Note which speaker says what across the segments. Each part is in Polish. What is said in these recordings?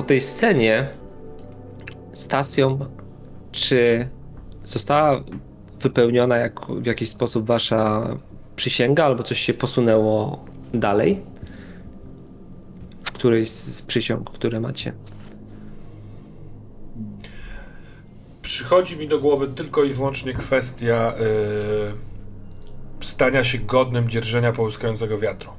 Speaker 1: tej scenie Stasją, czy została wypełniona w jakiś sposób wasza przysięga, albo coś się posunęło dalej? W którejś z przysiąg, które macie?
Speaker 2: Przychodzi mi do głowy tylko i wyłącznie kwestia stania się godnym dzierżenia połyskającego wiatru.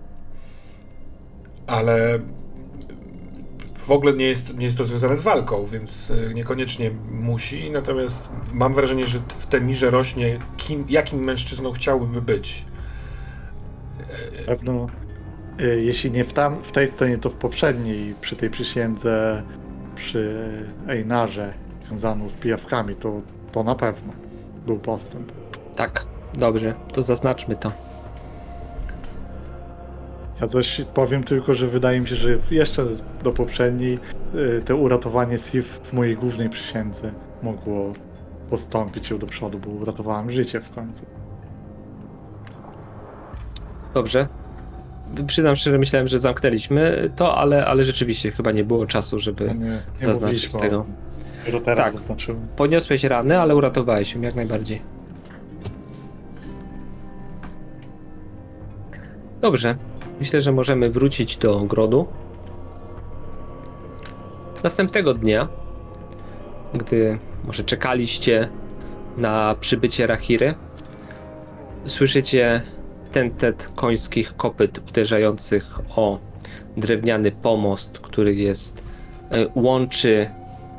Speaker 2: Ale w ogóle nie jest to związane z walką, więc niekoniecznie musi. Natomiast mam wrażenie, że w Temirze rośnie, jakim mężczyzną chciałby być.
Speaker 3: Pewno, jeśli nie w tej scenie, to w poprzedniej, przy tej przysiędze, przy Einarze, związaną z pijawkami, to na pewno był postęp.
Speaker 1: Tak, dobrze, to zaznaczmy to.
Speaker 3: Ja coś powiem tylko, że wydaje mi się, że jeszcze do poprzedniej to uratowanie Sif w mojej głównej przysiędze mogło postąpić ją do przodu, bo uratowałem życie w końcu.
Speaker 1: Dobrze. Przyznam szczerze, myślałem, że zamknęliśmy to, ale rzeczywiście chyba nie było czasu, żeby
Speaker 3: Nie
Speaker 1: zaznaczyć
Speaker 3: mówiliśmy
Speaker 1: tego.
Speaker 3: Dopiero teraz
Speaker 1: Tak.
Speaker 3: zaznaczyłem.
Speaker 1: Podniosłeś rany, ale uratowałeś ją jak najbardziej. Dobrze. Myślę, że możemy wrócić do ogrodu. Następnego dnia, gdy może czekaliście na przybycie Rahiry, słyszycie tentet końskich kopyt uderzających o drewniany pomost, który łączy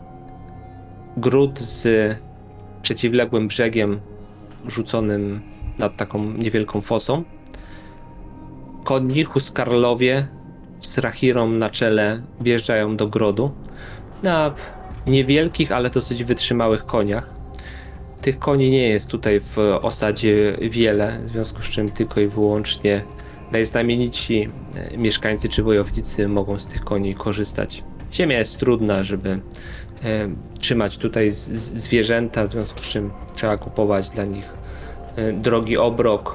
Speaker 1: gród z przeciwległym brzegiem rzuconym nad taką niewielką fosą. Konni huskarlowie z Rahirą na czele wjeżdżają do grodu na niewielkich, ale dosyć wytrzymałych koniach. Tych koni nie jest tutaj w osadzie wiele, w związku z czym tylko i wyłącznie najznamienici mieszkańcy czy wojownicy mogą z tych koni korzystać. Ziemia jest trudna, żeby trzymać tutaj zwierzęta, w związku z czym trzeba kupować dla nich drogi obrok.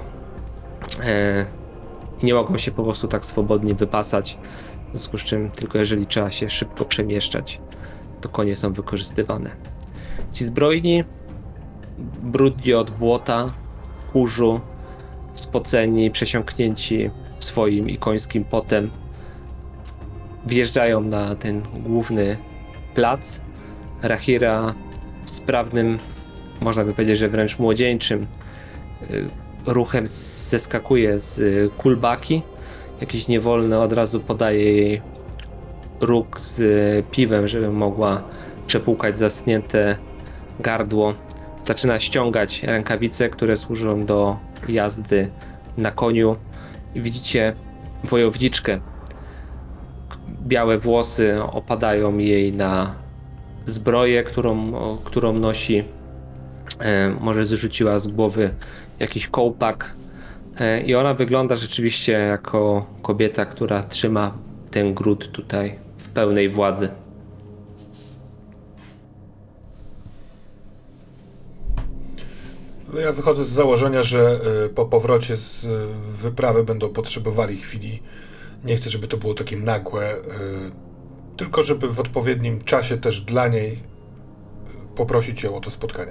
Speaker 1: Nie mogą się po prostu tak swobodnie wypasać, w związku z czym tylko jeżeli trzeba się szybko przemieszczać, to konie są wykorzystywane. Ci zbrojni, brudni od błota, kurzu, spoceni, przesiąknięci swoim i końskim potem, wjeżdżają na ten główny plac. Rahira sprawnym, można by powiedzieć, że wręcz młodzieńczym ruchem zeskakuje z kulbaki. Jakiś niewolny od razu podaje jej róg z piwem, żeby mogła przepłukać zaschnięte gardło. Zaczyna ściągać rękawice, które służą do jazdy na koniu. I widzicie wojowniczkę. Białe włosy opadają jej na zbroję, którą nosi. Może zrzuciła z głowy jakiś kołpak. I ona wygląda rzeczywiście jako kobieta, która trzyma ten gród tutaj w pełnej władzy.
Speaker 2: Ja wychodzę z założenia, że po powrocie z wyprawy będą potrzebowali chwili. Nie chcę, żeby to było takie nagłe, tylko żeby w odpowiednim czasie też dla niej poprosić ją o to spotkanie.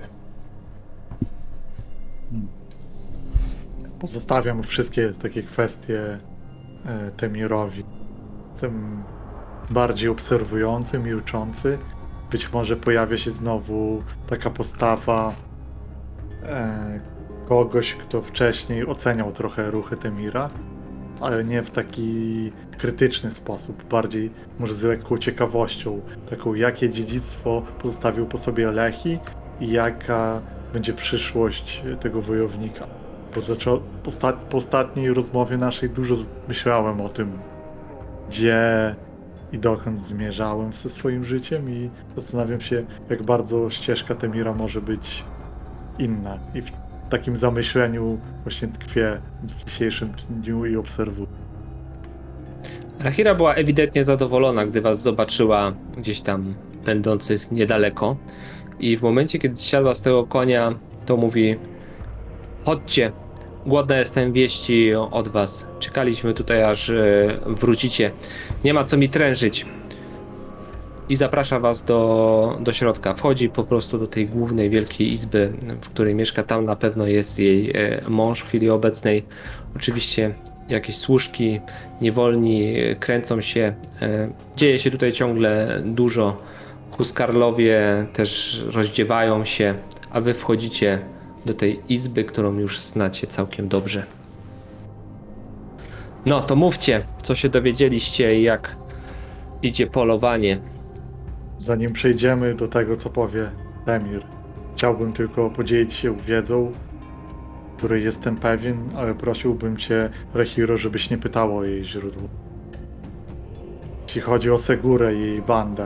Speaker 3: Pozostawiam wszystkie takie kwestie Temirowi. Jestem bardziej obserwujący, milczący. Być może pojawia się znowu taka postawa kogoś, kto wcześniej oceniał trochę ruchy Temira, ale nie w taki krytyczny sposób, bardziej może z lekką ciekawością, taką jakie dziedzictwo pozostawił po sobie Lehi i jaka będzie przyszłość tego wojownika. Bo po ostatniej rozmowie naszej dużo myślałem o tym, gdzie i dokąd zmierzałem ze swoim życiem i zastanawiam się, jak bardzo ścieżka Temira może być inna. I w takim zamyśleniu właśnie tkwię w dzisiejszym dniu i obserwuję.
Speaker 1: Rahira była ewidentnie zadowolona, gdy was zobaczyła gdzieś tam będących niedaleko. I w momencie, kiedy zsiadła z tego konia, to mówi: chodźcie, głodna jestem wieści od was. Czekaliśmy tutaj, aż wrócicie. Nie ma co mi trężyć. i zaprasza was do środka. Wchodzi po prostu do tej głównej, wielkiej izby, w której mieszka. Tam na pewno jest jej mąż w chwili obecnej. Oczywiście jakieś służki, niewolni kręcą się. Dzieje się tutaj ciągle dużo. Huskarlowie też rozdziewają się, a wy wchodzicie do tej izby, którą już znacie całkiem dobrze. No to mówcie, co się dowiedzieliście i jak idzie polowanie.
Speaker 3: Zanim przejdziemy do tego, co powie Emir, chciałbym tylko podzielić się wiedzą, której jestem pewien, ale prosiłbym cię, Rehiro, żebyś nie pytało o jej źródło. Jeśli chodzi o Segurę i jej bandę,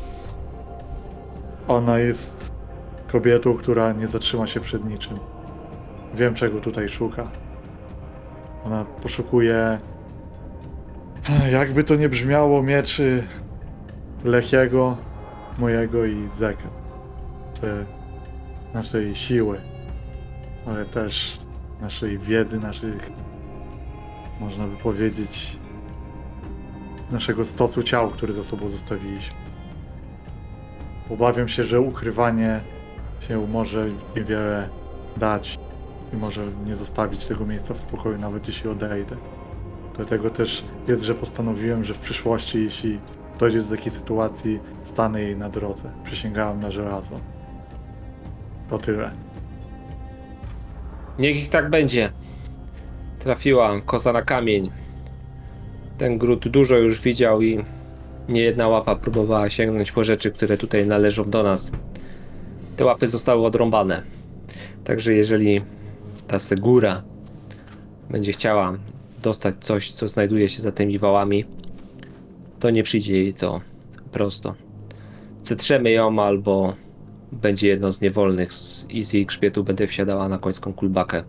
Speaker 3: ona jest kobietą, która nie zatrzyma się przed niczym. Wiem, czego tutaj szuka. Ona poszukuje, jakby to nie brzmiało, mieczy Lechiego, mojego i Zeka. Naszej siły, ale też naszej wiedzy, naszych, można by powiedzieć, naszego stosu ciał, który za sobą zostawiliśmy. Obawiam się, że ukrywanie się może niewiele dać i może nie zostawić tego miejsca w spokoju, nawet jeśli odejdę. Dlatego też wiedz, że postanowiłem, że w przyszłości, jeśli dojdzie do takiej sytuacji, stanę jej na drodze. Przysięgałem na żelazo. To tyle.
Speaker 1: Niech ich tak będzie. Trafiła koza na kamień. Ten gród dużo już widział i niejedna łapa próbowała sięgnąć po rzeczy, które tutaj należą do nas. Te łapy zostały odrąbane. Także jeżeli ta Segura będzie chciała dostać coś, co znajduje się za tymi wałami, to nie przyjdzie jej to prosto. Zetrzemy ją albo będzie jedno z niewolnych i z jej grzbietu będę wsiadała na końską kulbakę.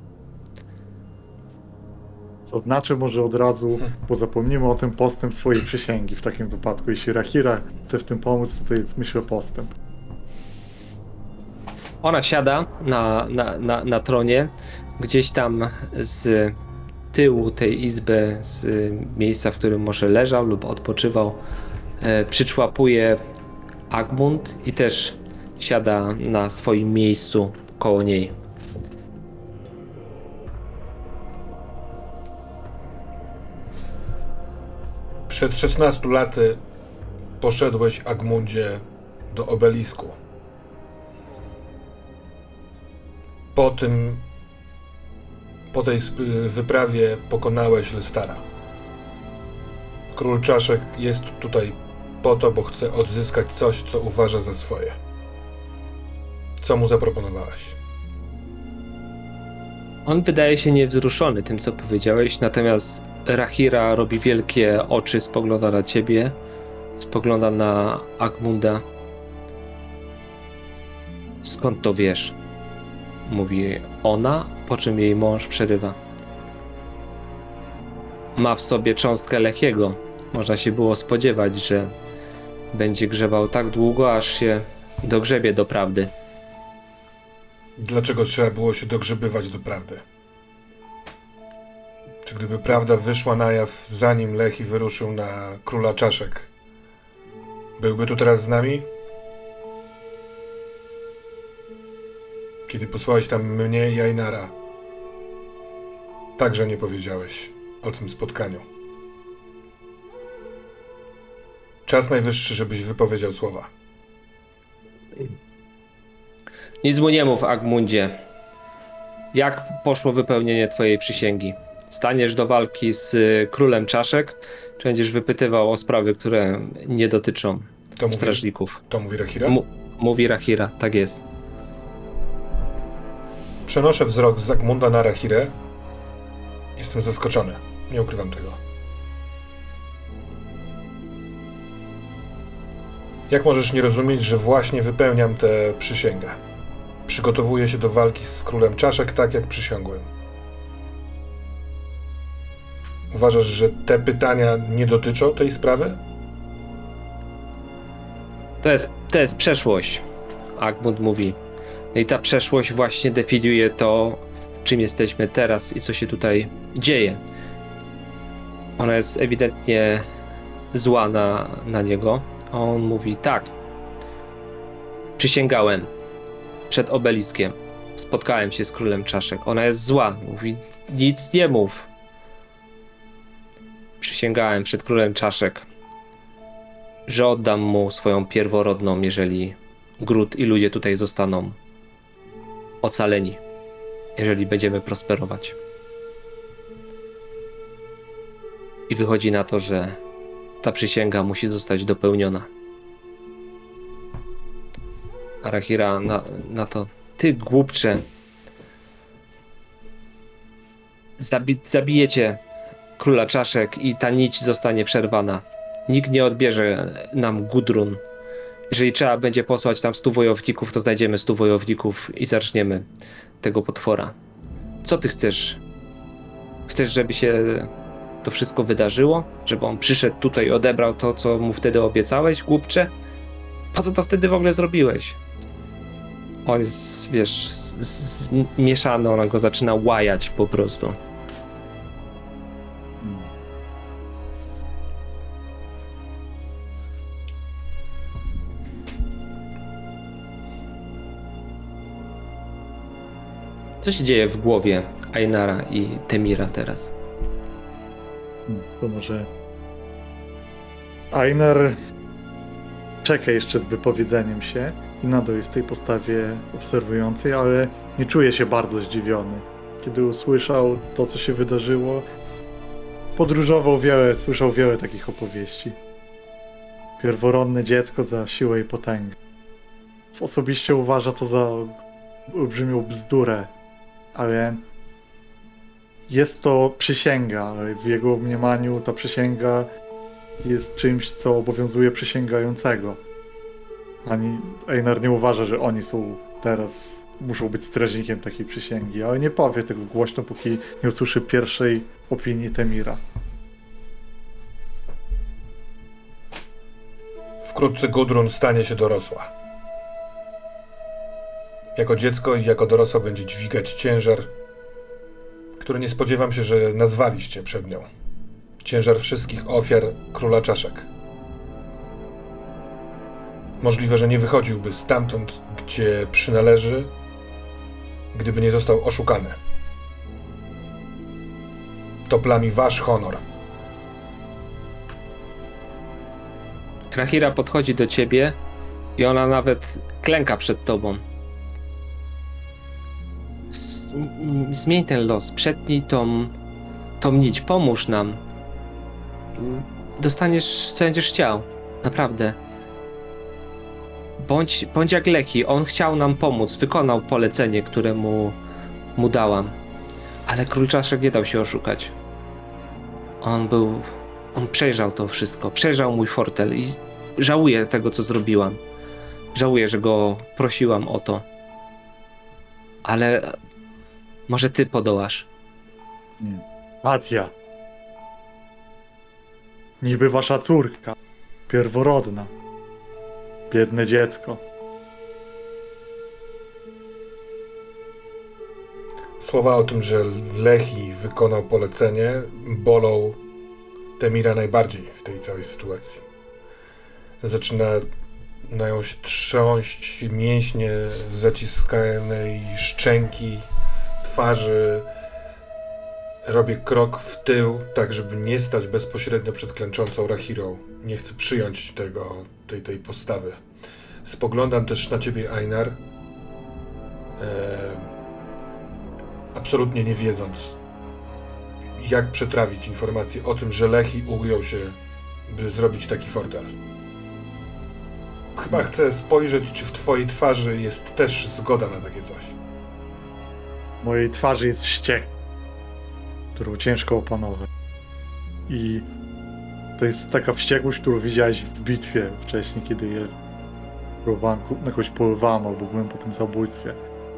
Speaker 3: Zaznaczę może od razu, bo zapomnimy o tym, postęp swojej przysięgi w takim wypadku. Jeśli Rahira chce w tym pomóc, to jest, myślę, postęp.
Speaker 1: Ona siada na tronie, gdzieś tam z tyłu tej izby, z miejsca, w którym może leżał lub odpoczywał, przyczłapuje Agmund i też siada na swoim miejscu koło niej.
Speaker 2: Przed 16 laty poszedłeś, Agmundzie, do obelisku. Po tej wyprawie pokonałeś Lestara. Król Czaszek jest tutaj po to, bo chce odzyskać coś, co uważa za swoje. Co mu zaproponowałeś?
Speaker 1: On wydaje się niewzruszony tym, co powiedziałeś, natomiast Rahira robi wielkie oczy, spogląda na ciebie, spogląda na Agmunda. Skąd to wiesz? Mówi ona, po czym jej mąż przerywa. Ma w sobie cząstkę Lechiego. Można się było spodziewać, że będzie grzebał tak długo, aż się dogrzebie do prawdy.
Speaker 2: Dlaczego trzeba było się dogrzebywać do prawdy? Czy gdyby prawda wyszła na jaw, zanim Lechi wyruszył na króla czaszek, byłby tu teraz z nami? Kiedy posłałeś tam mnie i Ainara, także nie powiedziałeś o tym spotkaniu. Czas najwyższy, żebyś wypowiedział słowa.
Speaker 1: Nic mu nie mów, Agmundzie. Jak poszło wypełnienie twojej przysięgi? Staniesz do walki z królem czaszek, czy będziesz wypytywał o sprawy, które nie dotyczą strażników?
Speaker 2: To mówi Rahira?
Speaker 1: Mówi Rahira, tak jest.
Speaker 2: Przenoszę wzrok z Agmunda na Rahirę. Jestem zaskoczony. Nie ukrywam tego. Jak możesz nie rozumieć, że właśnie wypełniam tę przysięgę? Przygotowuję się do walki z królem czaszek, tak jak przysiągłem. Uważasz, że te pytania nie dotyczą tej sprawy?
Speaker 1: To jest przeszłość, Agmund mówi. No i ta przeszłość właśnie definiuje to, czym jesteśmy teraz i co się tutaj dzieje. Ona jest ewidentnie zła na niego. A on mówi, tak. Przysięgałem przed obeliskiem. Spotkałem się z królem czaszek. Ona jest zła. Mówi, nic nie mów. Przysięgałem przed królem czaszek, że oddam mu swoją pierworodną, jeżeli gród i ludzie tutaj zostaną ocaleni, jeżeli będziemy prosperować. I wychodzi na to, że ta przysięga musi zostać dopełniona. Arahira na to, ty głupcze, zabijecie króla czaszek i ta nić zostanie przerwana. Nikt nie odbierze nam Gudrun. Jeżeli trzeba będzie posłać tam 100 wojowników, to znajdziemy 100 wojowników i zaczniemy tego potwora. Co ty chcesz? Chcesz, żeby się to wszystko wydarzyło? Żeby on przyszedł tutaj i odebrał to, co mu wtedy obiecałeś, głupcze? Po co to wtedy w ogóle zrobiłeś? On jest, wiesz, zmieszany, ona go zaczyna łajać po prostu. Co się dzieje w głowie Ainara i Temira teraz?
Speaker 3: To może... Einar czeka jeszcze z wypowiedzeniem się i nadal jest w tej postawie obserwującej, ale nie czuje się bardzo zdziwiony. Kiedy usłyszał to, co się wydarzyło, podróżował wiele, słyszał wiele takich opowieści. Pierworodne dziecko za siłę i potęgę. Osobiście uważa to za olbrzymią bzdurę, ale jest to przysięga, ale w jego mniemaniu ta przysięga jest czymś, co obowiązuje przysięgającego. Ani Einar nie uważa, że oni są teraz, muszą być strażnikiem takiej przysięgi, ale nie powie tego głośno, póki nie usłyszy pierwszej opinii Temira.
Speaker 2: Wkrótce Gudrun stanie się dorosła. Jako dziecko i jako dorosła będzie dźwigać ciężar, który nie spodziewam się, że nazwaliście przed nią. Ciężar wszystkich ofiar króla czaszek. Możliwe, że nie wychodziłby stamtąd, gdzie przynależy, gdyby nie został oszukany. To plami wasz honor.
Speaker 1: Rahira podchodzi do ciebie i ona nawet klęka przed tobą. Zmień ten los, przetnij tą nić, pomóż nam. Dostaniesz, co będziesz chciał. Naprawdę. Bądź jak Lechi, on chciał nam pomóc, wykonał polecenie, które mu dałam. Ale król czaszek nie dał się oszukać. On przejrzał to wszystko, przejrzał mój fortel i żałuję tego, co zrobiłam. Żałuję, że go prosiłam o to. Ale może ty podołasz.
Speaker 3: Nie. Atia. Niby wasza córka. Pierworodna. Biedne dziecko.
Speaker 2: Słowa o tym, że Lechi wykonał polecenie, bolą Temira najbardziej w tej całej sytuacji. Zaczynają się trząść mięśnie zaciskanej szczęki, twarzy. Robię krok w tył, tak żeby nie stać bezpośrednio przed klęczącą Rahirą. Nie chcę przyjąć tej postawy. Spoglądam też na ciebie, Einar. Absolutnie nie wiedząc, jak przetrawić informację o tym, że Lechi ugiął się, by zrobić taki fortel. Chyba chcę spojrzeć, czy w twojej twarzy jest też zgoda na takie coś.
Speaker 3: W mojej twarzy jest wściek, którą ciężko opanować. I to jest taka wściekłość, którą widziałeś w bitwie wcześniej, kiedy je próbowałem, jakoś polowałem albo byłem po tym zabójstwie.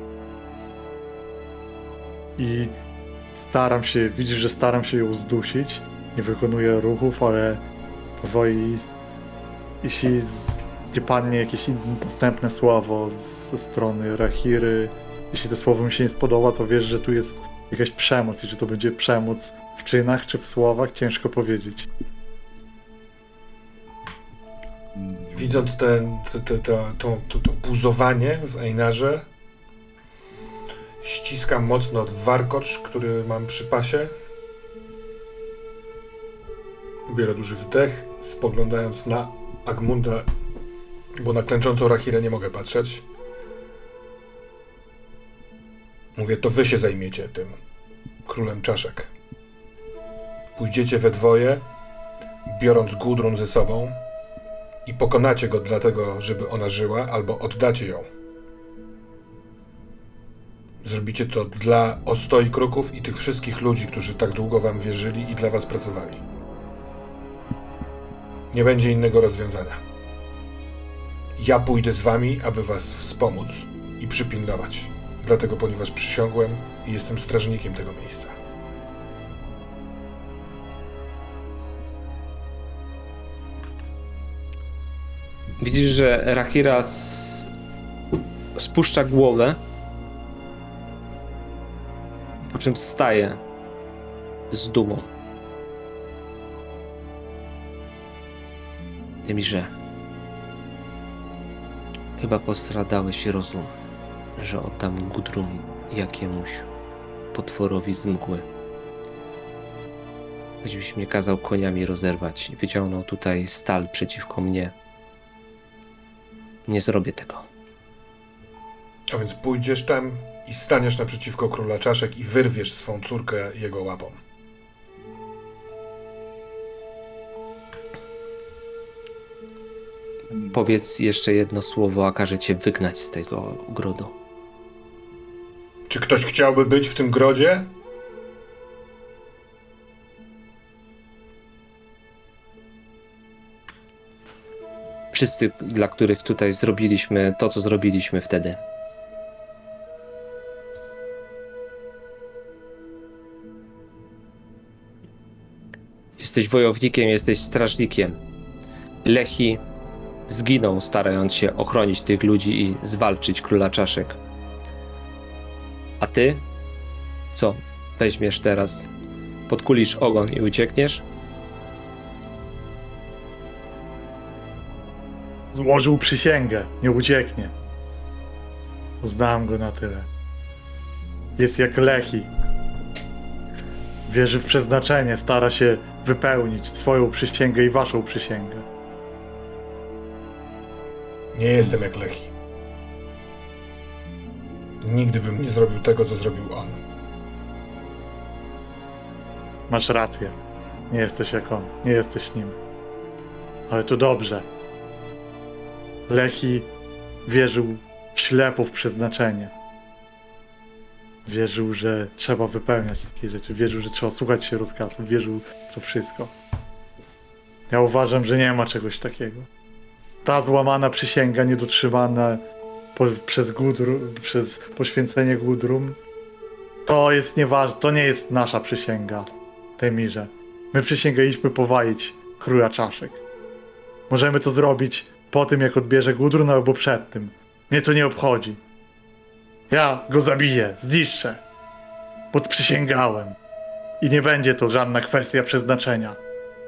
Speaker 3: I widzisz, że staram się ją zdusić. Nie wykonuję ruchów, ale powoli, jeśli nie padnie jakieś następne słowo ze strony Rahiry, jeśli to słowo mi się nie spodoba, to wiesz, że tu jest jakaś przemoc i czy to będzie przemoc w czynach czy w słowach, ciężko powiedzieć.
Speaker 2: Widząc to buzowanie w Einarze, ściskam mocno warkocz, który mam przy pasie. Biorę duży wdech, spoglądając na Agmunda, bo na klęczącą Rahirę nie mogę patrzeć. Mówię, to wy się zajmiecie tym królem czaszek. Pójdziecie we dwoje, biorąc Gudrun ze sobą i pokonacie go dlatego, żeby ona żyła, albo oddacie ją. Zrobicie to dla Ostoi Kruków i tych wszystkich ludzi, którzy tak długo wam wierzyli i dla was pracowali. Nie będzie innego rozwiązania. Ja pójdę z wami, aby was wspomóc i przypilnować. Dlatego, ponieważ przysiągłem i jestem strażnikiem tego miejsca.
Speaker 1: Widzisz, że Rahira spuszcza głowę, po czym wstaje z dumą. Temirze, chyba postradałeś rozum, że oddam Gudrun jakiemuś potworowi z mgły. Choćbyś mnie kazał koniami rozerwać, wyciągnął tutaj stal przeciwko mnie. Nie zrobię tego.
Speaker 2: A więc pójdziesz tam i staniesz naprzeciwko króla czaszek i wyrwiesz swą córkę jego łapą.
Speaker 1: Powiedz jeszcze jedno słowo, a każę cię wygnać z tego ogrodu.
Speaker 2: Czy ktoś chciałby być w tym grodzie?
Speaker 1: Wszyscy, dla których tutaj zrobiliśmy to, co zrobiliśmy wtedy. Jesteś wojownikiem, jesteś strażnikiem. Lehi zginął, starając się ochronić tych ludzi i zwalczyć króla czaszek. A ty? Co? Weźmiesz teraz, podkulisz ogon i uciekniesz?
Speaker 3: Złożył przysięgę, nie ucieknie. Uznałem go na tyle. Jest jak Lehi. Wierzy w przeznaczenie, stara się wypełnić swoją przysięgę i waszą przysięgę.
Speaker 2: Nie jestem jak Lehi. Nigdy bym nie zrobił tego, co zrobił on.
Speaker 3: Masz rację. Nie jesteś jak on, nie jesteś nim. Ale to dobrze. Lehi wierzył ślepo w przeznaczenie. Wierzył, że trzeba wypełniać takie rzeczy. Wierzył, że trzeba słuchać się rozkazów. Wierzył w to wszystko. Ja uważam, że nie ma czegoś takiego. Ta złamana przysięga, niedotrzymana przez poświęcenie Gudrun, to jest nieważne, to nie jest nasza przysięga, Temirze. My przysięgaliśmy powalić króla czaszek. Możemy to zrobić po tym, jak odbierze Gudrun, albo przed tym. Mnie to nie obchodzi. Ja go zabiję, zniszczę. Bo przysięgałem. I nie będzie to żadna kwestia przeznaczenia.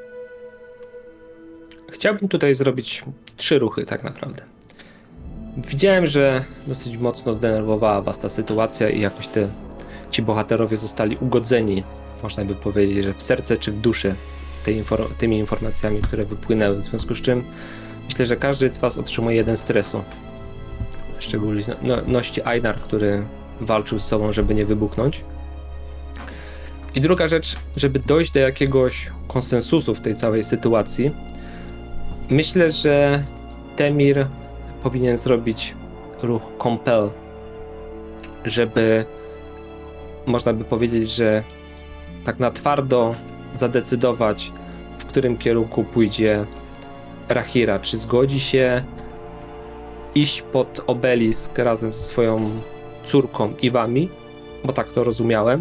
Speaker 1: Chciałbym tutaj zrobić 3 ruchy tak naprawdę. Widziałem, że dosyć mocno zdenerwowała was ta sytuacja i jakoś ci bohaterowie zostali ugodzeni, można by powiedzieć, że w serce czy w duszy tymi informacjami, które wypłynęły, w związku z czym myślę, że każdy z was otrzymuje 1 stresu. W szczególności Einar, który walczył z sobą, żeby nie wybuchnąć. I druga rzecz, żeby dojść do jakiegoś konsensusu w tej całej sytuacji, myślę, że Temir powinien zrobić ruch compel, żeby można by powiedzieć, że tak na twardo zadecydować, w którym kierunku pójdzie Rahira. Czy zgodzi się iść pod obelisk razem ze swoją córką i wami, bo tak to rozumiałem,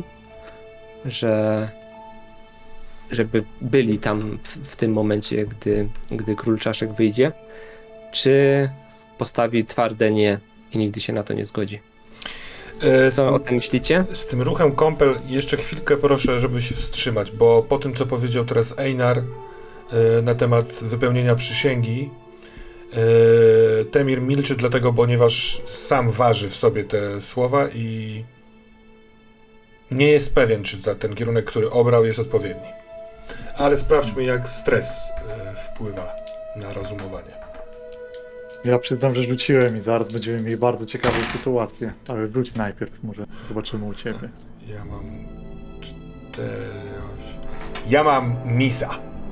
Speaker 1: żeby byli tam w tym momencie, gdy król czaszek wyjdzie, czy postawi twarde nie i nigdy się na to nie zgodzi. Co o tym myślicie?
Speaker 2: Z tym ruchem compel jeszcze chwilkę proszę, żeby się wstrzymać, bo po tym, co powiedział teraz Einar na temat wypełnienia przysięgi, Temir milczy dlatego, ponieważ sam waży w sobie te słowa i nie jest pewien, czy ten kierunek, który obrał, jest odpowiedni. Ale sprawdźmy, jak stres wpływa na rozumowanie.
Speaker 3: Ja przyznam, że rzuciłem i zaraz będziemy mieli bardzo ciekawą sytuację. Ale wróć najpierw, może zobaczymy u ciebie.
Speaker 2: Ja mam 4... Ja mam misa.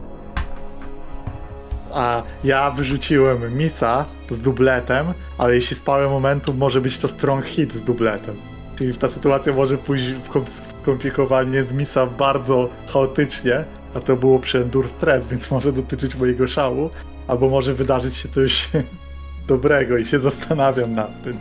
Speaker 3: A ja wyrzuciłem misa z dubletem, ale jeśli spałem momentum, może być to strong hit z dubletem. Czyli ta sytuacja może pójść w skomplikowanie z misa bardzo chaotycznie, a to było przy Endure Stress, więc może dotyczyć mojego szału, albo może wydarzyć się coś dobrego i się zastanawiam nad tym.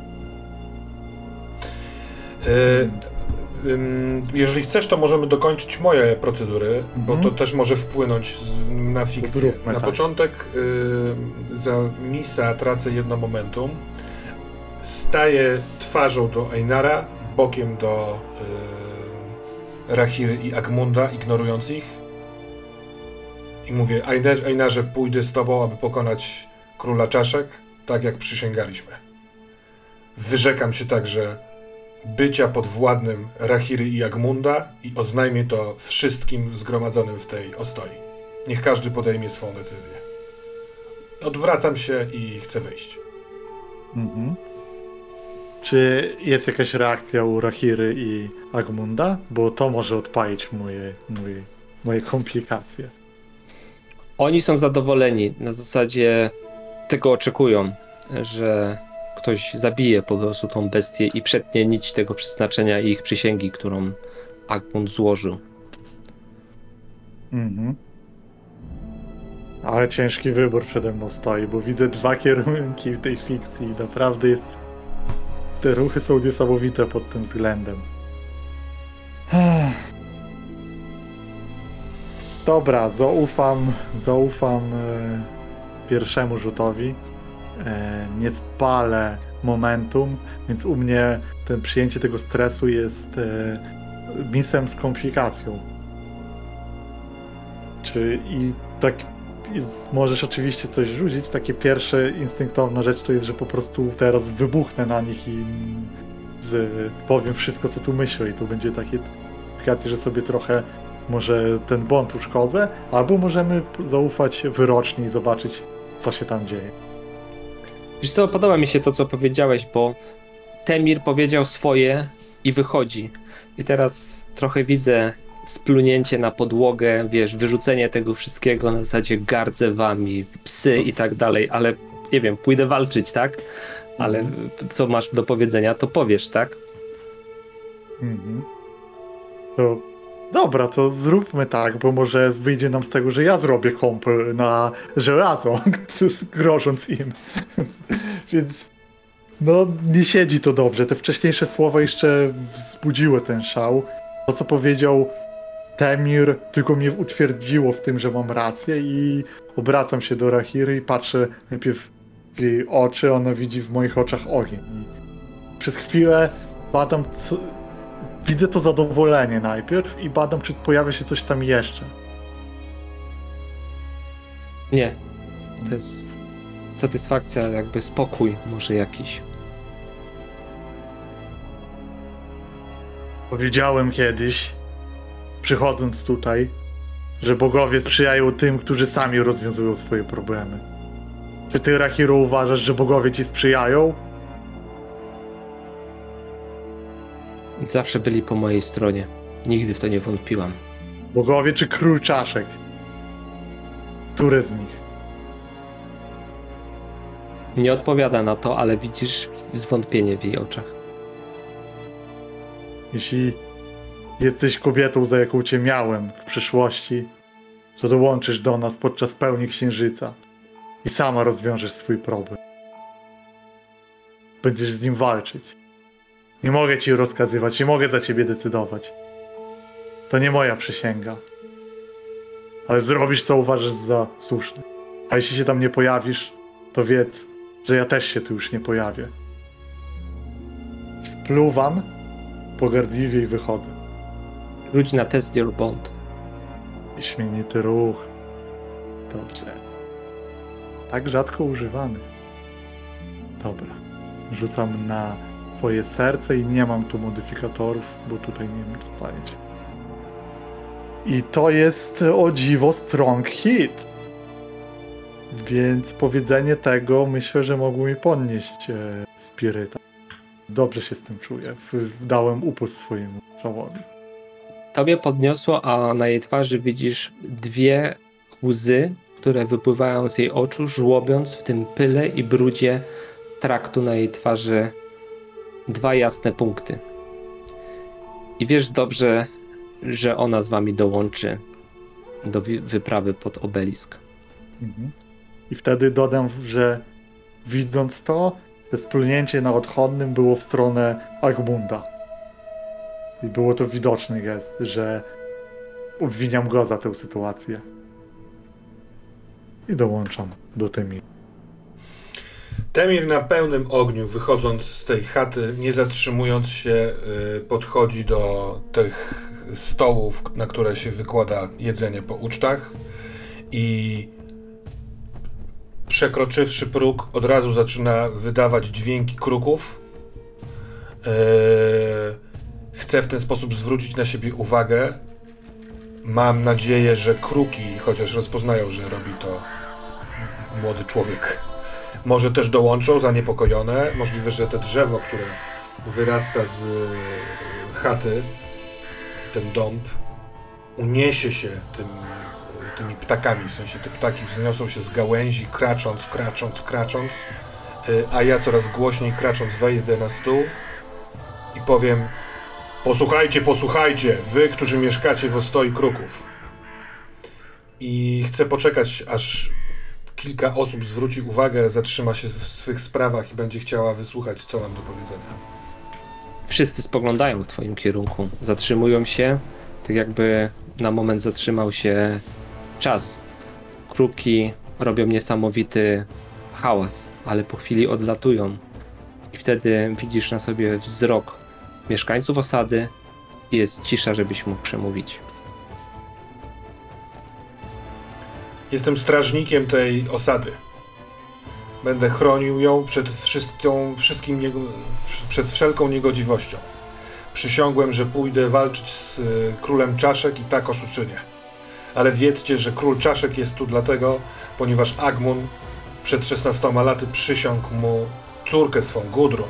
Speaker 2: Jeżeli chcesz, to możemy dokończyć moje procedury, bo to też może wpłynąć na fikcję.
Speaker 3: Zróbmy,
Speaker 2: Na
Speaker 3: tak.
Speaker 2: początek za misa tracę jedno momentum. Staję twarzą do Einara, bokiem do Rahiry i Agmunda, ignorując ich. I mówię, Einarze, pójdę z tobą, aby pokonać króla czaszek, tak jak przysięgaliśmy. Wyrzekam się także bycia podwładnym Rahiry i Agmunda i oznajmię to wszystkim zgromadzonym w tej ostoi. Niech każdy podejmie swą decyzję. Odwracam się i chcę wyjść.
Speaker 3: Mhm. Czy jest jakaś reakcja u Rahiry i Agmunda? Bo to może odpalić moje komplikacje.
Speaker 1: Oni są zadowoleni, na zasadzie tego oczekują, że ktoś zabije po prostu tą bestię i przetnie nić tego przeznaczenia i ich przysięgi, którą Agmund złożył.
Speaker 3: Mhm. Ale ciężki wybór przede mną stoi, bo widzę dwa kierunki w tej fikcji i naprawdę jest... Te ruchy są niesamowite pod tym względem. Dobra, zaufam pierwszemu rzutowi. Nie spalę momentum, więc u mnie ten przyjęcie tego stresu jest misem z komplikacją. I tak możesz oczywiście coś rzucić. Takie pierwsze instynktowna rzecz to jest, że po prostu teraz wybuchnę na nich i powiem wszystko, co tu myślę, i to będzie takie komplikacje, że sobie trochę może ten błąd uszkodzę, albo możemy zaufać wyrocznie i zobaczyć, co się tam dzieje.
Speaker 1: Wiesz co, podoba mi się to, co powiedziałeś, bo Temir powiedział swoje i wychodzi. I teraz trochę widzę splunięcie na podłogę, wiesz, wyrzucenie tego wszystkiego na zasadzie gardzę wami, psy i tak dalej, ale nie wiem, pójdę walczyć, tak? Ale co masz do powiedzenia, to powiesz, tak?
Speaker 3: Mhm. To dobra, to zróbmy tak, bo może wyjdzie nam z tego, że ja zrobię komp na żelazo, grożąc im. Więc no, nie siedzi to dobrze. Te wcześniejsze słowa jeszcze wzbudziły ten szał. To, co powiedział Temir, tylko mnie utwierdziło w tym, że mam rację, i obracam się do Rahiry i patrzę najpierw w jej oczy, ona widzi w moich oczach ogień. I przez chwilę badam, widzę to zadowolenie najpierw i badam, czy pojawia się coś tam jeszcze.
Speaker 1: Nie. To jest satysfakcja, jakby spokój może jakiś.
Speaker 3: Powiedziałem kiedyś, przychodząc tutaj, że bogowie sprzyjają tym, którzy sami rozwiązują swoje problemy. Czy ty, Rahiro, uważasz, że bogowie ci sprzyjają?
Speaker 1: Zawsze byli po mojej stronie. Nigdy w to nie wątpiłam.
Speaker 3: Bogowie czy król czaszek? Które z nich?
Speaker 1: Nie odpowiada na to, ale widzisz zwątpienie w jej oczach.
Speaker 3: Jeśli jesteś kobietą, za jaką cię miałem w przyszłości, to dołączysz do nas podczas pełni księżyca i sama rozwiążesz swój problem. Będziesz z nim walczyć. Nie mogę ci rozkazywać, nie mogę za ciebie decydować. To nie moja przysięga. Ale zrobisz, co uważasz za słuszne. A jeśli się tam nie pojawisz, to wiedz, że ja też się tu już nie pojawię. Spluwam pogardliwie i wychodzę.
Speaker 1: Rzuć na test your bond.
Speaker 3: Śmienity ruch. Dobrze. tak rzadko używany. Dobra. Rzucam na twoje serce i nie mam tu modyfikatorów, bo tutaj nie wiem, co zająć. I to jest o dziwo strong hit. Więc powiedzenie tego myślę, że mogło mi podnieść spiryta. Dobrze się z tym czuję. Dałem upust swojemu żałowi.
Speaker 1: Tobie podniosło, a na jej twarzy widzisz 2 łzy, które wypływają z jej oczu, żłobiąc w tym pyle i brudzie traktu na jej twarzy 2 jasne punkty. I wiesz dobrze, że ona z wami dołączy do wyprawy pod obelisk.
Speaker 3: Mhm. I wtedy dodam, że widząc to splunięcie na odchodnym było w stronę Agmunda. I było to widoczny gest, że obwiniam go za tę sytuację. I dołączam do Temir.
Speaker 2: Temir na pełnym ogniu, wychodząc z tej chaty, nie zatrzymując się, podchodzi do tych stołów, na które się wykłada jedzenie po ucztach i przekroczywszy próg, od razu zaczyna wydawać dźwięki kruków. Chce w ten sposób zwrócić na siebie uwagę. Mam nadzieję, że kruki, chociaż rozpoznają, że robi to młody człowiek, może też dołączą, zaniepokojone. Możliwe, że te drzewo, które wyrasta z chaty, ten dąb, uniesie się tymi ptakami, w sensie te ptaki wzniosą się z gałęzi, kracząc, a ja coraz głośniej kracząc wejdę na stół i powiem: posłuchajcie, wy, którzy mieszkacie w ostoi kruków. I chcę poczekać, aż kilka osób zwróci uwagę, zatrzyma się w swych sprawach i będzie chciała wysłuchać, co mam do powiedzenia.
Speaker 1: Wszyscy spoglądają w twoim kierunku, zatrzymują się, tak jakby na moment zatrzymał się czas. Kruki robią niesamowity hałas, ale po chwili odlatują. I wtedy widzisz na sobie wzrok mieszkańców osady i jest cisza, żebyś mógł przemówić.
Speaker 2: Jestem strażnikiem tej osady. Będę chronił ją przed wszelką niegodziwością. Przysiągłem, że pójdę walczyć z królem czaszek i takoż uczynię. Ale wiedzcie, że król czaszek jest tu dlatego, ponieważ Agmun przed 16 laty przysiągł mu córkę swą, Gudrun,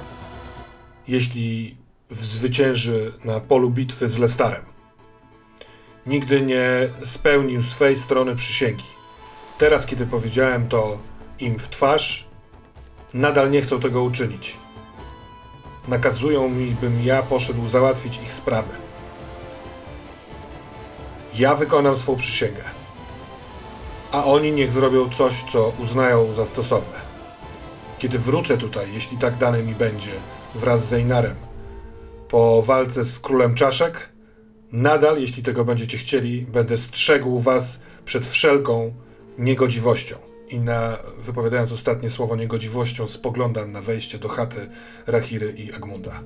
Speaker 2: jeśli zwycięży na polu bitwy z Lestarem. Nigdy nie spełnił swej strony przysięgi. Teraz, kiedy powiedziałem to im w twarz, nadal nie chcą tego uczynić. Nakazują mi, bym ja poszedł załatwić ich sprawę. Ja wykonam swą przysięgę, a oni niech zrobią coś, co uznają za stosowne. Kiedy wrócę tutaj, jeśli tak dane mi będzie, wraz z Einarem, po walce z królem czaszek, nadal, jeśli tego będziecie chcieli, będę strzegł was przed wszelką niegodziwością. I wypowiadając ostatnie słowo niegodziwością, spoglądam na wejście do chaty Rachiry i Agmunda.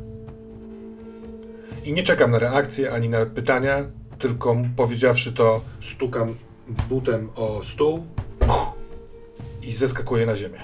Speaker 2: I nie czekam na reakcję ani na pytania, tylko powiedziawszy to, stukam butem o stół i zeskakuję na ziemię.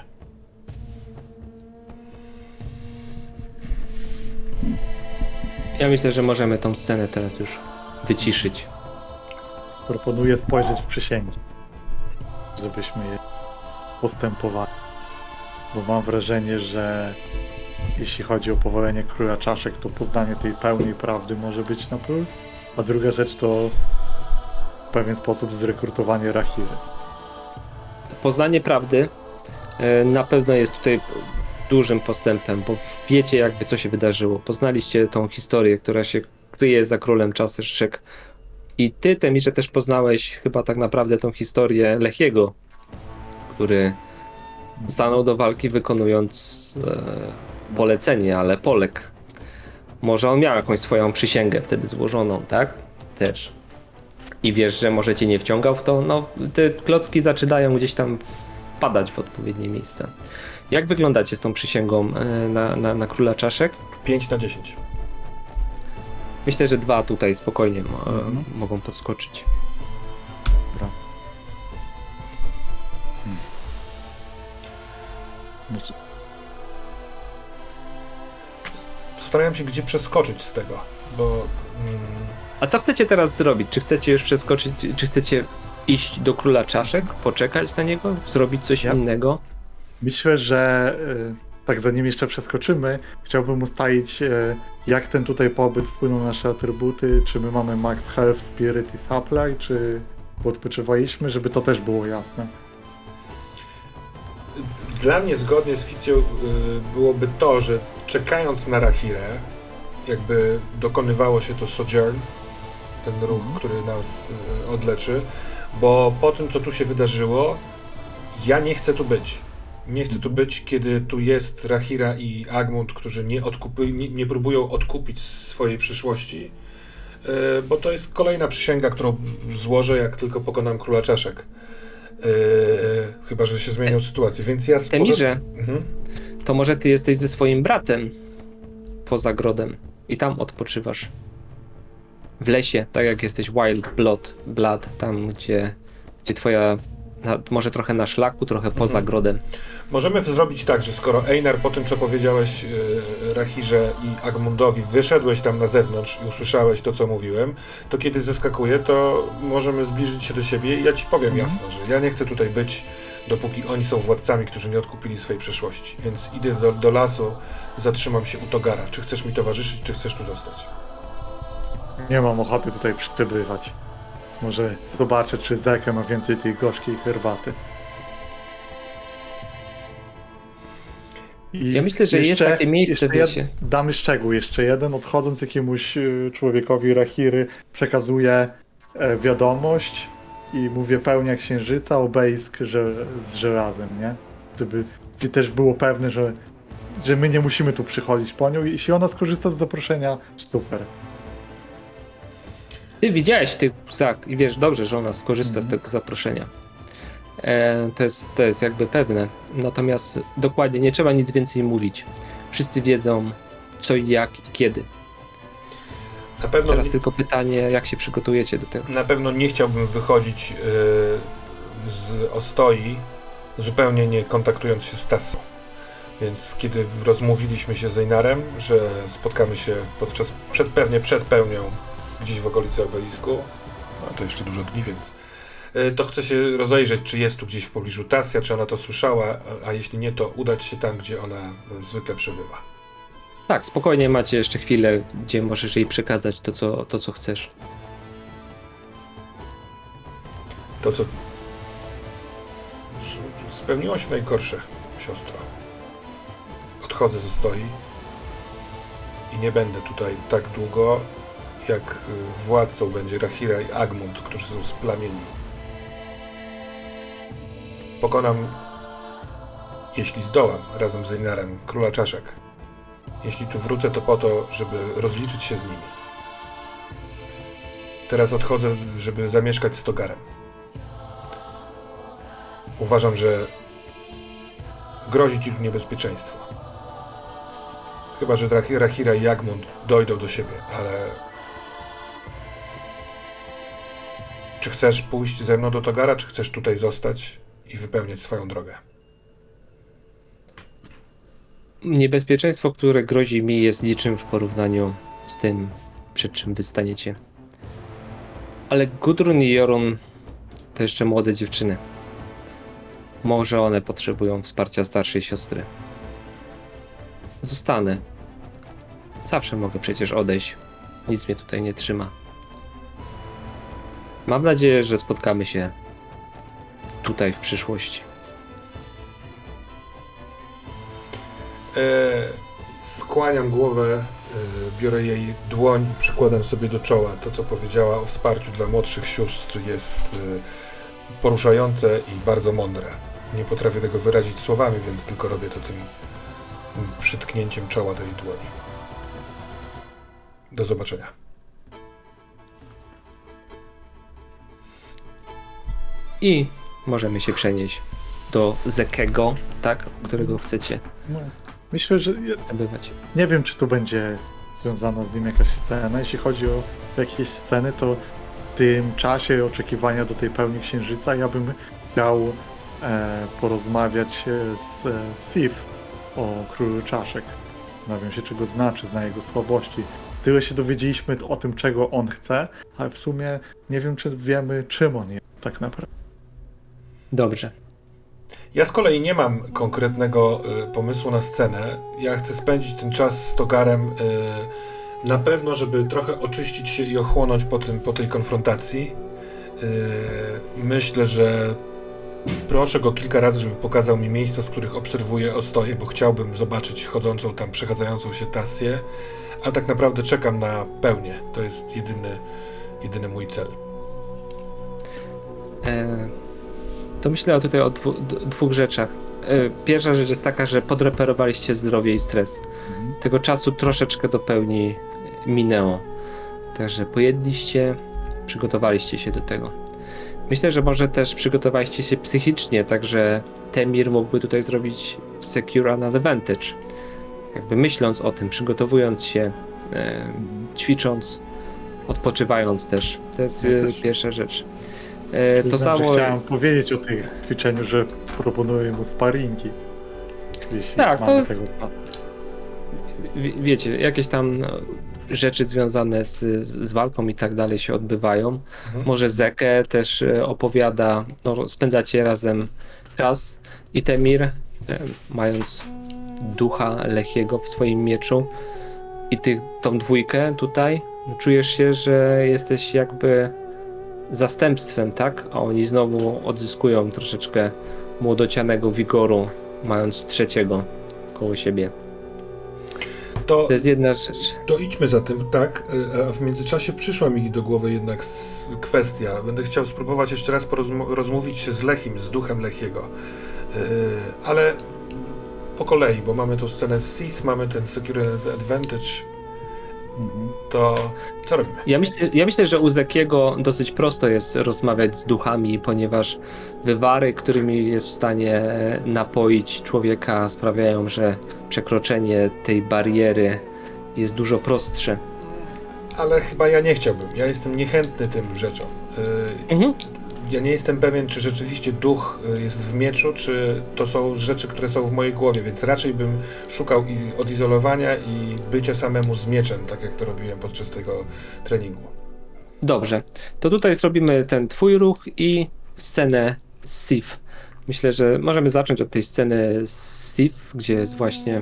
Speaker 1: Ja myślę, że możemy tą scenę teraz już wyciszyć.
Speaker 3: Proponuję spojrzeć w przysięgi, żebyśmy je postępowali. Bo mam wrażenie, że jeśli chodzi o powolenie króla czaszek, to poznanie tej pełnej prawdy może być na plus. A druga rzecz to w pewien sposób zrekrutowanie Rachiry.
Speaker 1: Poznanie prawdy na pewno jest tutaj dużym postępem, bo wiecie jakby co się wydarzyło. Poznaliście tą historię, która się kryje za królem czaszek. I ty, Temirze, też poznałeś chyba tak naprawdę tą historię Lechiego, który stanął do walki wykonując polecenie, ale poległ. Może on miał jakąś swoją przysięgę wtedy złożoną, tak? Też. I wiesz, że może cię nie wciągał w to? No, te klocki zaczynają gdzieś tam wpadać w odpowiednie miejsca. Jak wyglądacie z tą przysięgą na króla czaszek?
Speaker 2: 5/10.
Speaker 1: Myślę, że 2 tutaj spokojnie mogą podskoczyć.
Speaker 3: Dobra. No,
Speaker 2: Zastanawiam się, gdzie przeskoczyć z tego, bo...
Speaker 1: A co chcecie teraz zrobić? Czy chcecie już przeskoczyć, czy chcecie iść do Króla Czaszek, poczekać na niego, zrobić coś innego?
Speaker 3: myślę, że tak zanim jeszcze przeskoczymy, chciałbym ustalić, jak ten tutaj pobyt wpłynął na nasze atrybuty, czy my mamy max health, spirit i supply, czy odpoczywaliśmy, żeby to też było jasne.
Speaker 2: Dla mnie zgodnie z fikcją byłoby to, że czekając na Rahirę, jakby dokonywało się to sojourn, ten ruch, który nas odleczy, bo po tym, co tu się wydarzyło, ja nie chcę tu być. Nie chcę tu być, kiedy tu jest Rahira i Agmund, którzy nie próbują odkupić swojej przyszłości, bo to jest kolejna przysięga, którą złożę, jak tylko pokonam Króla Czaszek. Chyba że się zmienią sytuacje, więc ja...
Speaker 1: Temirze, to może ty jesteś ze swoim bratem poza grodem i tam odpoczywasz. W lesie, tak jak jesteś Wild Blood, tam gdzie twoja... może trochę na szlaku, trochę poza grodem.
Speaker 2: Możemy zrobić tak, że skoro Einar po tym, co powiedziałeś Rahirze i Agmundowi, wyszedłeś tam na zewnątrz i usłyszałeś to, co mówiłem, to kiedy zeskakuję, to możemy zbliżyć się do siebie i ja ci powiem jasno, że ja nie chcę tutaj być, dopóki oni są władcami, którzy nie odkupili swojej przeszłości. Więc idę do lasu, zatrzymam się u Togara. Czy chcesz mi towarzyszyć, czy chcesz tu zostać?
Speaker 3: Nie mam ochoty tutaj przybywać. Może zobaczę, czy Zeke ma więcej tej gorzkiej herbaty. I
Speaker 1: ja myślę, że jest takie miejsce w lesie.
Speaker 3: Damy szczegół, jeszcze jeden. Odchodząc jakiemuś człowiekowi Rahiry, przekazuje wiadomość i mówię pełnia księżyca, obejsk z żelazem, nie? Żeby też było pewne, że my nie musimy tu przychodzić po nią i jeśli ona skorzysta z zaproszenia, super.
Speaker 1: Ty widziałeś tych psach i wiesz dobrze, że ona skorzysta z tego zaproszenia. To jest jakby pewne. Natomiast dokładnie nie trzeba nic więcej mówić. Wszyscy wiedzą co i jak i kiedy.
Speaker 2: Na pewno
Speaker 1: Teraz tylko pytanie, jak się przygotujecie do tego.
Speaker 2: Na pewno nie chciałbym wychodzić z ostoi, zupełnie nie kontaktując się z Tassą. Więc kiedy rozmówiliśmy się z Einarem, że spotkamy się pewnie przed pełnią gdzieś w okolicy obelisku, no to jeszcze dużo dni, więc to chcę się rozejrzeć, czy jest tu gdzieś w pobliżu Tasja, czy ona to słyszała, a jeśli nie, to udać się tam, gdzie ona zwykle przebywa.
Speaker 1: Tak, spokojnie macie jeszcze chwilę, gdzie możesz jej przekazać to, co chcesz.
Speaker 2: To, co... Spełniło się najgorsze, siostro. Odchodzę ze stoi i nie będę tutaj tak długo, jak władcą będzie Rahira i Agmund, którzy są splamieni. Pokonam, jeśli zdołam, razem z Einarem, Króla Czaszek. Jeśli tu wrócę, to po to, żeby rozliczyć się z nimi. Teraz odchodzę, żeby zamieszkać z Togarem. Uważam, że grozi ci tu niebezpieczeństwo. Chyba że Rahira i Agmund dojdą do siebie, ale... Czy chcesz pójść ze mną do Togara, czy chcesz tutaj zostać i wypełniać swoją drogę?
Speaker 1: Niebezpieczeństwo, które grozi mi, jest niczym w porównaniu z tym, przed czym wy staniecie. Ale Gudrun i Jorun to jeszcze młode dziewczyny. Może one potrzebują wsparcia starszej siostry. Zostanę. Zawsze mogę przecież odejść. Nic mnie tutaj nie trzyma. Mam nadzieję, że spotkamy się tutaj w przyszłości.
Speaker 2: Skłaniam głowę, biorę jej dłoń i przykładam sobie do czoła. To, co powiedziała o wsparciu dla młodszych sióstr, jest poruszające i bardzo mądre. Nie potrafię tego wyrazić słowami, więc tylko robię to tym przytknięciem czoła tej dłoni. Do zobaczenia.
Speaker 1: I możemy się przenieść do Zekego, tak? Którego chcecie
Speaker 3: No, myślę, że
Speaker 1: nabywać.
Speaker 3: nie wiem, czy tu będzie związana z nim jakaś scena. Jeśli chodzi o jakieś sceny, to w tym czasie oczekiwania do tej pełni księżyca ja bym chciał porozmawiać z Sif o Królu Czaszek. Zastanawiam się, czego znaczy, zna jego słabości. Tyle się dowiedzieliśmy o tym, czego on chce, ale w sumie nie wiem, czy wiemy, czym on jest tak naprawdę.
Speaker 1: Dobrze.
Speaker 2: Ja z kolei nie mam konkretnego pomysłu na scenę. Ja chcę spędzić ten czas z Togarem na pewno, żeby trochę oczyścić się i ochłonąć po tej konfrontacji. Myślę, że proszę go kilka razy, żeby pokazał mi miejsca, z których obserwuję ostoje, bo chciałbym zobaczyć chodzącą tam, przechadzającą się Tassię, ale tak naprawdę czekam na pełnię. To jest jedyny mój cel.
Speaker 1: To myślę tutaj o dwóch rzeczach. Pierwsza rzecz jest taka, że podreperowaliście zdrowie i stres. Tego czasu troszeczkę do pełni minęło. Także pojedliście, przygotowaliście się do tego. Myślę, że może też przygotowaliście się psychicznie, także Temir mógłby tutaj zrobić Secure an Advantage. Jakby myśląc o tym, przygotowując się, ćwicząc, odpoczywając też. To jest pierwsza rzecz. To samo...
Speaker 3: Chciałem powiedzieć o tym ćwiczeniu, że proponuję mu sparingi. Jeśli
Speaker 1: Tak,
Speaker 3: mamy
Speaker 1: to...
Speaker 3: tego czasu.
Speaker 1: Wiecie, jakieś tam rzeczy związane z walką i tak dalej się odbywają. Może Zeke też opowiada, no, spędzacie razem czas i Temir, mając ducha Lechiego w swoim mieczu i tą dwójkę tutaj, czujesz się, że jesteś jakby zastępstwem, tak? A oni znowu odzyskują troszeczkę młodocianego wigoru, mając trzeciego koło siebie. To jest jedna rzecz.
Speaker 2: To idźmy za tym, tak. A w międzyczasie przyszła mi do głowy jednak kwestia. Będę chciał spróbować jeszcze raz rozmówić się z Lechim, z duchem Lechiego. Ale po kolei, bo mamy tu scenę z Sith, mamy ten Secure Advantage. To co robimy?
Speaker 1: Ja myślę, że u Zekiego dosyć prosto jest rozmawiać z duchami, ponieważ wywary, którymi jest w stanie napoić człowieka, sprawiają, że przekroczenie tej bariery jest dużo prostsze.
Speaker 2: Ale chyba ja nie chciałbym. Ja jestem niechętny tym rzeczom. Ja nie jestem pewien, czy rzeczywiście duch jest w mieczu, czy to są rzeczy, które są w mojej głowie, więc raczej bym szukał odizolowania i bycia samemu z mieczem, tak jak to robiłem podczas tego treningu.
Speaker 1: Dobrze, to tutaj zrobimy ten twój ruch i scenę z Sif. Myślę, że możemy zacząć od tej sceny z Sif, gdzie jest właśnie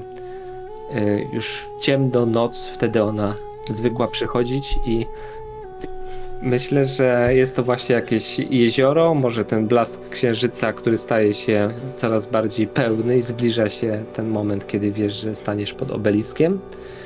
Speaker 1: już ciemno, noc, wtedy ona zwykła przychodzić i myślę, że jest to właśnie jakieś jezioro, może ten blask księżyca, który staje się coraz bardziej pełny i zbliża się ten moment, kiedy wiesz, że staniesz pod obeliskiem.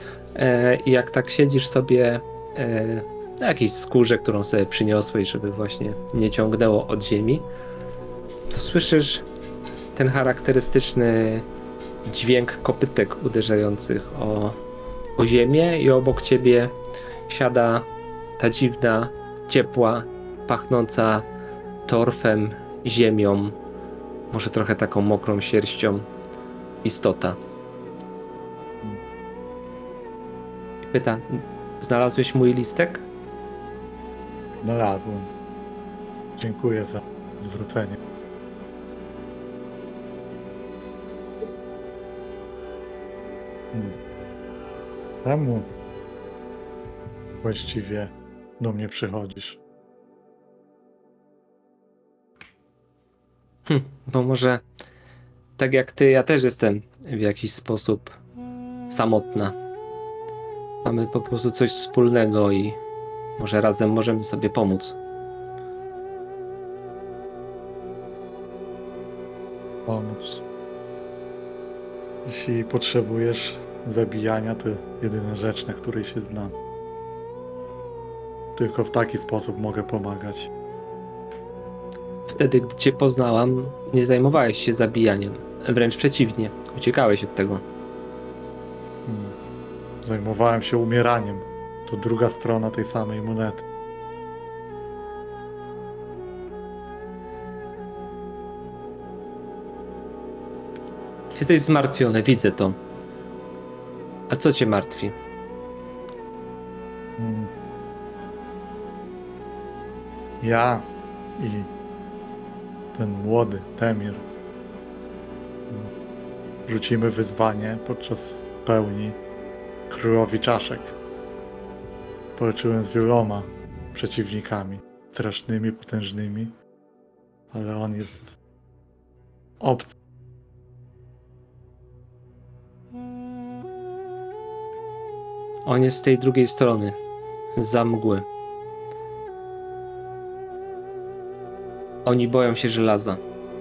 Speaker 1: I jak tak siedzisz sobie na jakiejś skórze, którą sobie przyniosłeś, żeby właśnie nie ciągnęło od ziemi, to słyszysz ten charakterystyczny dźwięk kopytek uderzających o ziemię i obok ciebie siada ta dziwna, ciepła, pachnąca torfem, ziemią, może trochę taką mokrą sierścią istota. Pyta, znalazłeś mój listek?
Speaker 3: Znalazłem. Dziękuję za zwrócenie. Czemu właściwie do mnie przychodzisz?
Speaker 1: Bo może tak jak ty, ja też jestem w jakiś sposób samotna. Mamy po prostu coś wspólnego i może razem możemy sobie pomóc.
Speaker 3: Pomóc. Jeśli potrzebujesz zabijania, to jedyna rzecz, na której się znam. Tylko w taki sposób mogę pomagać.
Speaker 1: Wtedy, gdy cię poznałam, nie zajmowałeś się zabijaniem. Wręcz przeciwnie, uciekałeś od tego.
Speaker 3: Zajmowałem się umieraniem. To druga strona tej samej monety.
Speaker 1: Jesteś zmartwiony, widzę to. A co cię martwi?
Speaker 3: Ja i ten młody Temir. Rzucimy wyzwanie podczas pełni królowi czaszek. Walczyłem z wieloma przeciwnikami, strasznymi, potężnymi, ale on jest obcy.
Speaker 1: On jest z tej drugiej strony, za mgły. Oni boją się żelaza.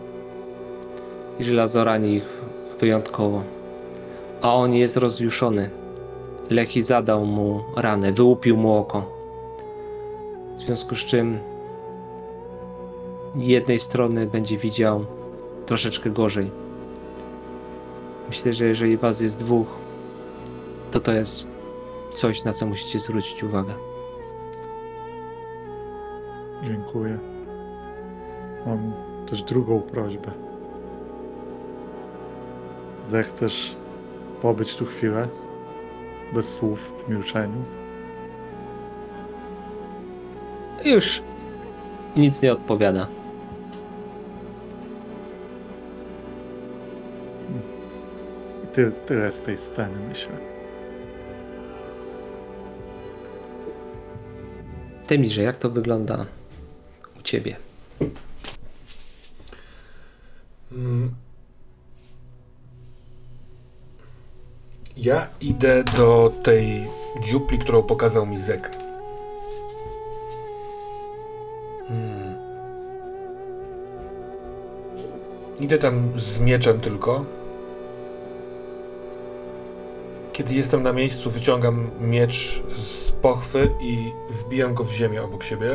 Speaker 1: I żelazo rani ich wyjątkowo. A on jest rozjuszony. Lechi zadał mu ranę, wyłupił mu oko. W związku z czym jednej strony będzie widział troszeczkę gorzej. Myślę, że jeżeli was jest dwóch, to jest coś, na co musicie zwrócić uwagę.
Speaker 3: Dziękuję. Mam też drugą prośbę. Zechcesz pobyć tu chwilę, bez słów, w milczeniu?
Speaker 1: Już nic nie odpowiada.
Speaker 3: I tyle z tej sceny, myślę.
Speaker 1: Temirze, jak to wygląda u ciebie?
Speaker 2: Ja idę do tej dziupli, którą pokazał mi Zek. Idę tam z mieczem tylko. Kiedy jestem na miejscu, wyciągam miecz z pochwy i wbijam go w ziemię obok siebie.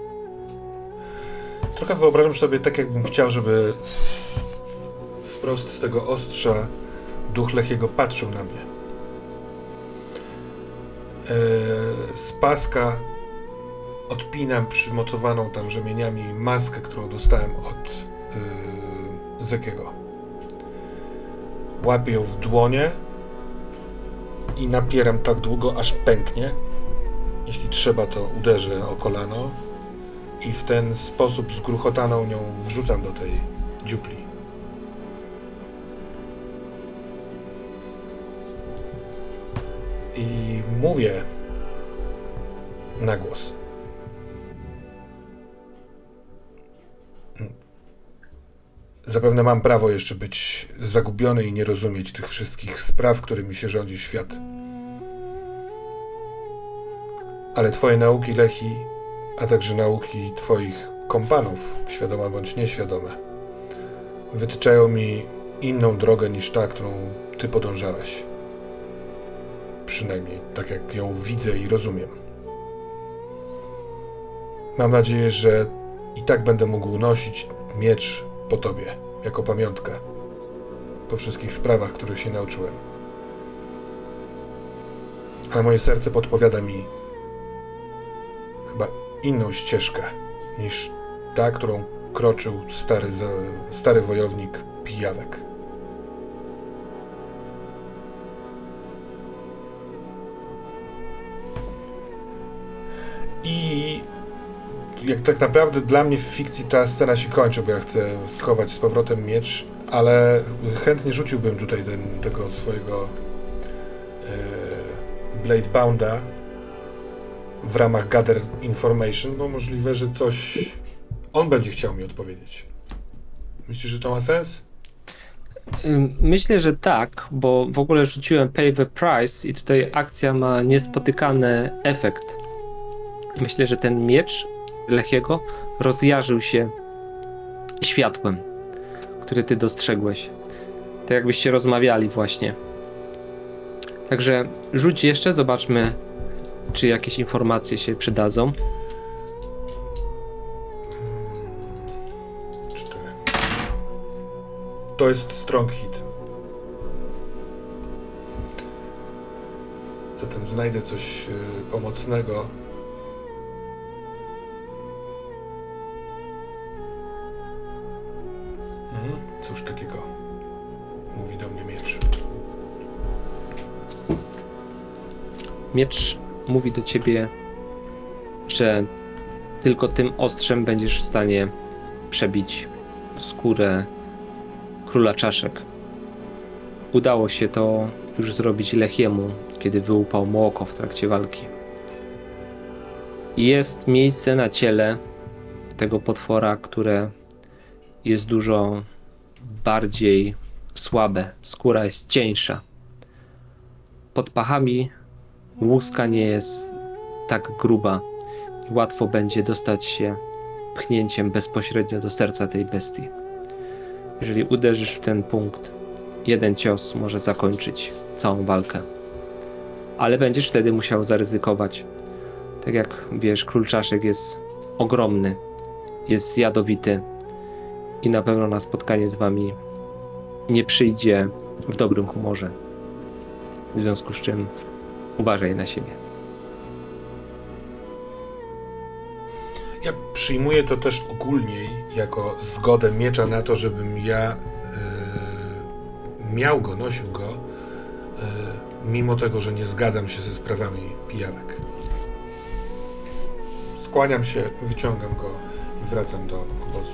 Speaker 2: Trochę wyobrażam sobie tak, jakbym chciał, żeby wprost z tego ostrza duch Lechiego patrzył na mnie. Z paska odpinam przymocowaną tam rzemieniami maskę, którą dostałem od Zekiego. Łapię ją w dłonie i napieram tak długo, aż pęknie. Jeśli trzeba, to uderzę o kolano i w ten sposób zgruchotaną nią wrzucam do tej dziupli. I mówię na głos. Zapewne mam prawo jeszcze być zagubiony i nie rozumieć tych wszystkich spraw, którymi się rządzi świat. Ale twoje nauki, Lechi, a także nauki twoich kompanów, świadome bądź nieświadome, wytyczają mi inną drogę niż ta, którą ty podążałeś. Przynajmniej tak, jak ją widzę i rozumiem. Mam nadzieję, że i tak będę mógł nosić miecz po tobie, jako pamiątkę, po wszystkich sprawach, których się nauczyłem. Ale moje serce podpowiada mi chyba inną ścieżkę, niż ta, którą kroczył stary wojownik Pijawek. I jak tak naprawdę dla mnie w fikcji ta scena się kończy, bo ja chcę schować z powrotem miecz, ale chętnie rzuciłbym tutaj tego swojego Bladebounda w ramach Gather Information, bo możliwe, że coś on będzie chciał mi odpowiedzieć. Myślisz, że to ma sens?
Speaker 1: Myślę, że tak, bo w ogóle rzuciłem Pay the Price i tutaj akcja ma niespotykany efekt. Myślę, że ten miecz Lechiego rozjarzył się światłem, który ty dostrzegłeś. Tak jakbyście rozmawiali właśnie. Także rzuć jeszcze, zobaczmy, czy jakieś informacje się przydadzą.
Speaker 2: 4. To jest strong hit. Zatem znajdę coś pomocnego. Cóż takiego? Mówi do mnie miecz.
Speaker 1: Miecz mówi do ciebie, że tylko tym ostrzem będziesz w stanie przebić skórę króla czaszek. Udało się to już zrobić Lechiemu, kiedy wyłupał mu oko w trakcie walki. I jest miejsce na ciele tego potwora, które jest dużo bardziej słabe. Skóra jest cieńsza. Pod pachami łuska nie jest tak gruba i łatwo będzie dostać się pchnięciem bezpośrednio do serca tej bestii. Jeżeli uderzysz w ten punkt, jeden cios może zakończyć całą walkę. Ale będziesz wtedy musiał zaryzykować. Tak jak wiesz, król czaszek jest ogromny, jest jadowity i na pewno na spotkanie z wami nie przyjdzie w dobrym humorze. W związku z czym uważaj na siebie.
Speaker 2: Ja przyjmuję to też ogólniej jako zgodę miecza na to, żebym ja miał go, nosił go, mimo tego, że nie zgadzam się ze sprawami pijawek. Skłaniam się, wyciągam go i wracam do obozu.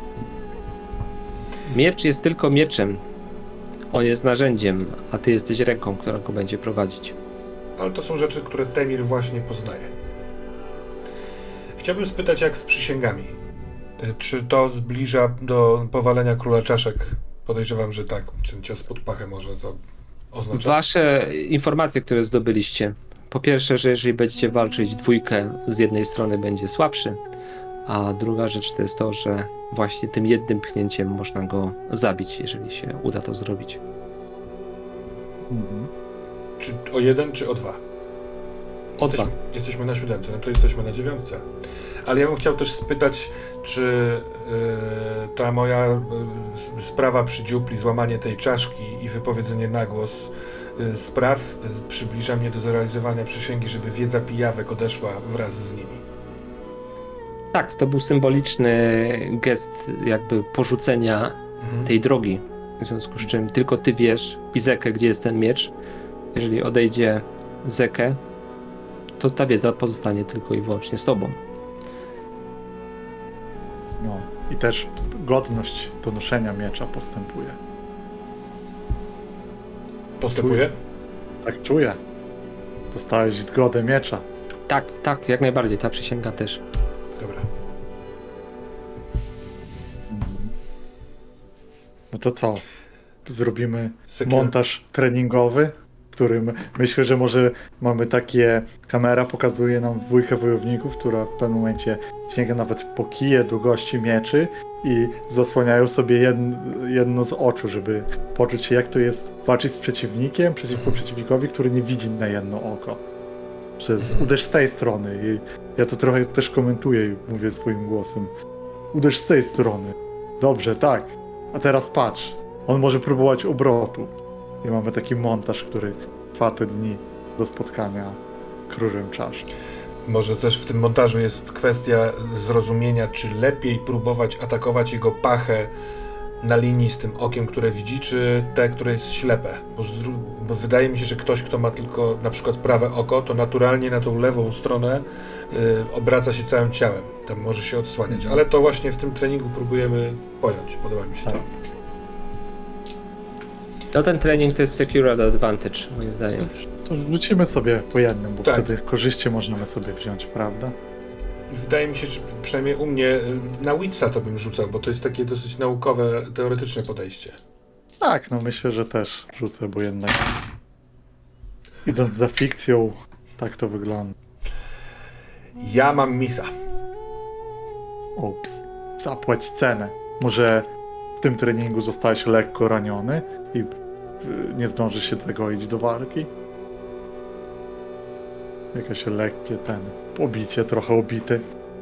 Speaker 1: Miecz jest tylko mieczem. On jest narzędziem, a ty jesteś ręką, która go będzie prowadzić.
Speaker 2: Ale to są rzeczy, które Temir właśnie poznaje. Chciałbym spytać, jak z przysięgami. Czy to zbliża do powalenia króla czaszek? Podejrzewam, że tak. Ten cios pod pachę może to oznaczać.
Speaker 1: Wasze informacje, które zdobyliście. Po pierwsze, że jeżeli będziecie walczyć dwójkę, z jednej strony będzie słabszy, a druga rzecz to jest to, że właśnie tym jednym pchnięciem można go zabić, jeżeli się uda to zrobić.
Speaker 2: Czy o 1, czy o 2?
Speaker 1: O 2.
Speaker 2: Jesteśmy na 7, no to jesteśmy na 9. Ale ja bym chciał też spytać, czy ta moja sprawa przy dziupli, złamanie tej czaszki i wypowiedzenie na głos spraw przybliża mnie do zrealizowania przysięgi, żeby wiedza pijawek odeszła wraz z nimi.
Speaker 1: Tak, to był symboliczny gest jakby porzucenia tej drogi. W związku z czym tylko ty wiesz i Zekę, gdzie jest ten miecz. Jeżeli odejdzie Zekę, to ta wiedza pozostanie tylko i wyłącznie z tobą.
Speaker 3: No i też godność do noszenia miecza postępuje.
Speaker 2: Postępuje?
Speaker 3: Tak czuję. Dostałeś zgodę miecza.
Speaker 1: Tak, jak najbardziej. Ta przysięga też.
Speaker 2: Dobra.
Speaker 3: No to co? Zrobimy
Speaker 2: Sekier.
Speaker 3: montaż treningowy, w którym myślę, że może mamy takie... Kamera pokazuje nam dwójkę wojowników, która w pewnym momencie sięga nawet po kije długości mieczy i zasłaniają sobie jedno z oczu, żeby poczuć się, jak to jest walczyć z przeciwnikiem przeciwko przeciwnikowi, który nie widzi na jedno oko. Uderz z tej strony. I ja to trochę też komentuję i mówię swoim głosem. Uderz z tej strony. Dobrze, tak. A teraz patrz. On może próbować obrotu. I mamy taki montaż, który trwa te dni do spotkania królem czasz.
Speaker 2: Może też w tym montażu jest kwestia zrozumienia, czy lepiej próbować atakować jego pachę na linii z tym okiem, które widzi, czy te, które jest ślepe. Bo wydaje mi się, że ktoś, kto ma tylko na przykład prawe oko, to naturalnie na tą lewą stronę obraca się całym ciałem. Tam może się odsłaniać. Ale to właśnie w tym treningu próbujemy pojąć. Podoba mi się to.
Speaker 1: No ten trening to jest secured advantage, moim zdaniem.
Speaker 3: To rzucimy sobie po jednym, bo
Speaker 2: Tak.
Speaker 3: wtedy korzyści możemy sobie wziąć, prawda?
Speaker 2: Wydaje mi się, że przynajmniej u mnie na Witsa to bym rzucał, bo to jest takie dosyć naukowe, teoretyczne podejście.
Speaker 3: Tak, no myślę, że też rzucę, bo jednak idąc za fikcją, tak to wygląda.
Speaker 2: Ja mam misa.
Speaker 3: Ups, zapłać cenę. Może w tym treningu zostałeś lekko raniony i nie zdążysz się zagoić do walki? Jakieś lekkie pobicie, trochę obity.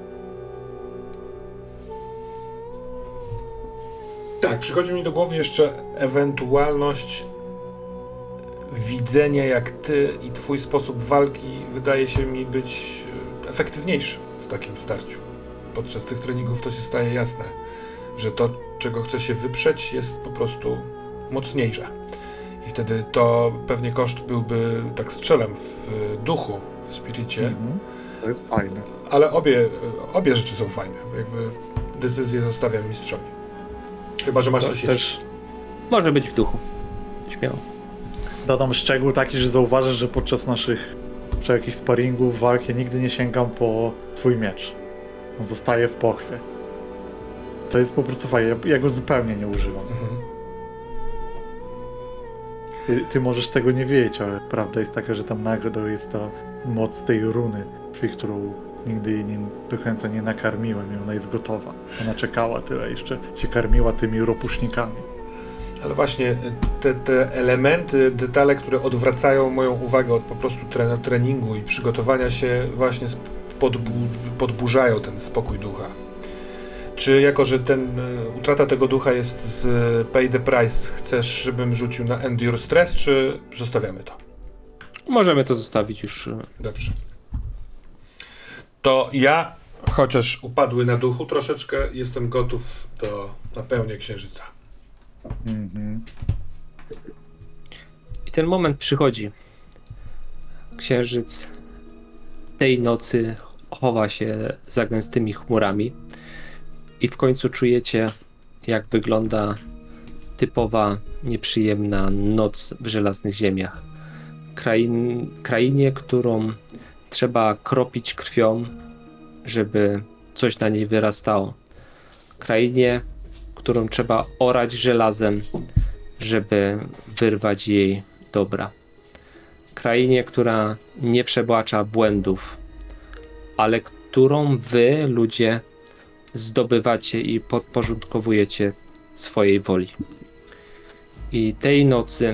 Speaker 2: Tak, przychodzi mi do głowy jeszcze ewentualność widzenia, jak ty i twój sposób walki wydaje się mi być efektywniejszy w takim starciu. Podczas tych treningów to się staje jasne, że to, czego chce się wyprzeć, jest po prostu mocniejsze. I wtedy to pewnie koszt byłby, tak strzelam, w duchu, w spiricie,
Speaker 3: To jest fajne.
Speaker 2: ale obie rzeczy są fajne. Jakby decyzję zostawiam mistrzowi. Chyba, że masz coś jeszcze.
Speaker 3: Też
Speaker 1: Może być w duchu. Śmiało.
Speaker 3: dodam szczegół taki, że zauważasz, że podczas naszych wszelkich sparingów, walki nigdy nie sięgam po twój miecz. On zostaje w pochwie. To jest po prostu fajne. Ja go zupełnie nie używam. Ty możesz tego nie wiedzieć, ale prawda jest taka, że tam nagle jest ta moc tej runy, którą nigdy jej do końca nie nakarmiłem i ona jest gotowa. Ona czekała tyle, jeszcze się karmiła tymi ropusznikami.
Speaker 2: Ale właśnie te elementy, detale, które odwracają moją uwagę od po prostu treningu i przygotowania się, właśnie podburzają ten spokój ducha. Czy jako, że utrata tego ducha jest z Pay the Price, chcesz, żebym rzucił na Endure Stress, czy zostawiamy to?
Speaker 1: Możemy to zostawić już.
Speaker 2: Dobrze. To ja, chociaż upadły na duchu troszeczkę, jestem gotów do napełnienia księżyca.
Speaker 1: I ten moment przychodzi. Księżyc tej nocy chowa się za gęstymi chmurami i w końcu czujecie, jak wygląda typowa, nieprzyjemna noc w żelaznych ziemiach. Krainie, którą trzeba kropić krwią, żeby coś na niej wyrastało. Krainie, którą trzeba orać żelazem, żeby wyrwać jej dobra. Krainie, która nie przebacza błędów, ale którą wy, ludzie, zdobywacie i podporządkowujecie swojej woli. I tej nocy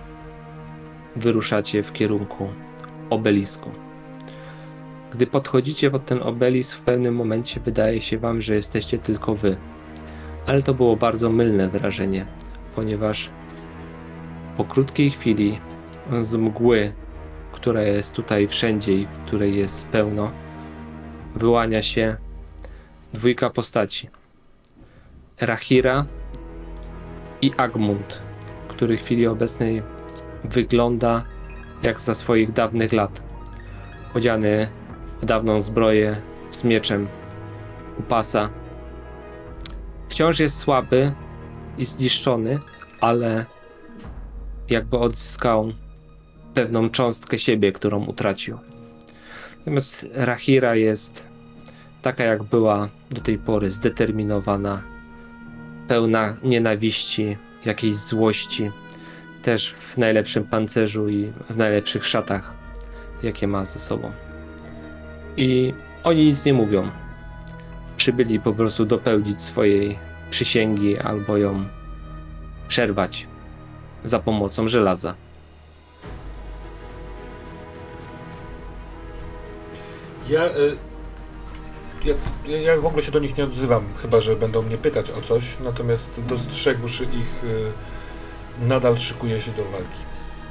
Speaker 1: wyruszacie w kierunku obelisku. Gdy podchodzicie pod ten obelisk, w pewnym momencie wydaje się wam, że jesteście tylko wy. Ale to było bardzo mylne wrażenie, ponieważ po krótkiej chwili z mgły, która jest tutaj wszędzie i której jest pełno, wyłania się dwójka postaci. Rahira i Agmund, który w chwili obecnej wygląda jak za swoich dawnych lat. Odziany w dawną zbroję z mieczem u pasa. Wciąż jest słaby i zniszczony, ale jakby odzyskał pewną cząstkę siebie, którą utracił. Natomiast Rahira jest taka, jak była do tej pory, zdeterminowana, pełna nienawiści, jakiejś złości, też w najlepszym pancerzu i w najlepszych szatach, jakie ma ze sobą. I oni nic nie mówią. Przybyli po prostu dopełnić swojej przysięgi albo ją przerwać za pomocą żelaza.
Speaker 2: Ja w ogóle się do nich nie odzywam, chyba że będą mnie pytać o coś, natomiast dostrzegłszy ich, nadal szykuję się do walki.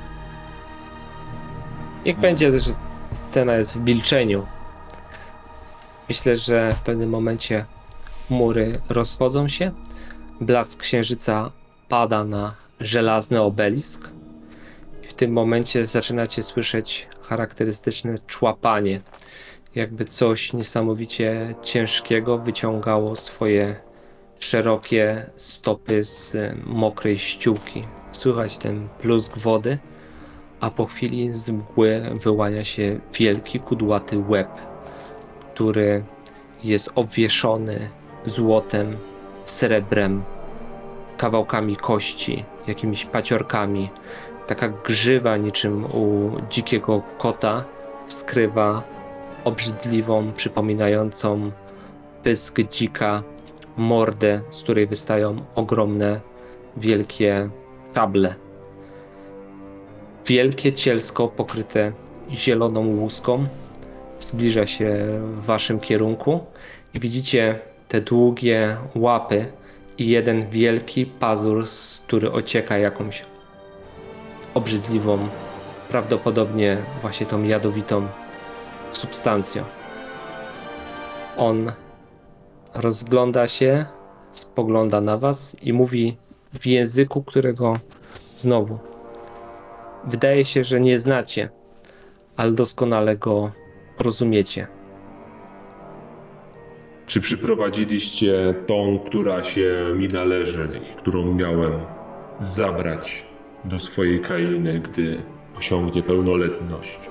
Speaker 1: Niech będzie, że scena jest w milczeniu. Myślę, że w pewnym momencie chmury rozchodzą się, blask księżyca pada na żelazny obelisk i w tym momencie zaczynacie słyszeć charakterystyczne człapanie, jakby coś niesamowicie ciężkiego wyciągało swoje szerokie stopy z mokrej ściółki. Słychać ten plusk wody, a po chwili z mgły wyłania się wielki, kudłaty łeb, który jest obwieszony złotem, srebrem, kawałkami kości, jakimiś paciorkami. Taka grzywa niczym u dzikiego kota skrywa obrzydliwą, przypominającą pysk dzika mordę, z której wystają ogromne, wielkie szable. Wielkie cielsko pokryte zieloną łuską zbliża się w waszym kierunku i widzicie te długie łapy i jeden wielki pazur, który ocieka jakąś obrzydliwą, prawdopodobnie właśnie tą jadowitą substancją. On rozgląda się, spogląda na was i mówi w języku, którego znowu wydaje się, że nie znacie, ale doskonale go rozumiecie.
Speaker 4: Czy przyprowadziliście tą, która się mi należy i którą miałem zabrać do swojej krainy, gdy osiągnie pełnoletność?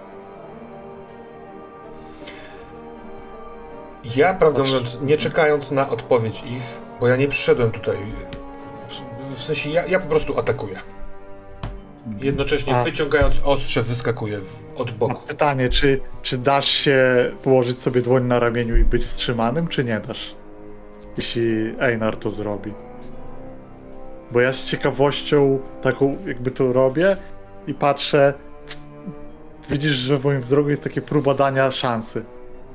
Speaker 2: Ja, prawdę mówiąc, nie czekając na odpowiedź ich, bo ja nie przyszedłem tutaj, w sensie ja po prostu atakuję. Jednocześnie wyciągając ostrze, wyskakuję od boku.
Speaker 3: Mam pytanie, czy dasz się położyć sobie dłoń na ramieniu i być wstrzymanym, czy nie dasz? Jeśli Einar to zrobi. Bo ja z ciekawością taką jakby to robię i patrzę, widzisz, że w moim wzroku jest takie próba dania szansy.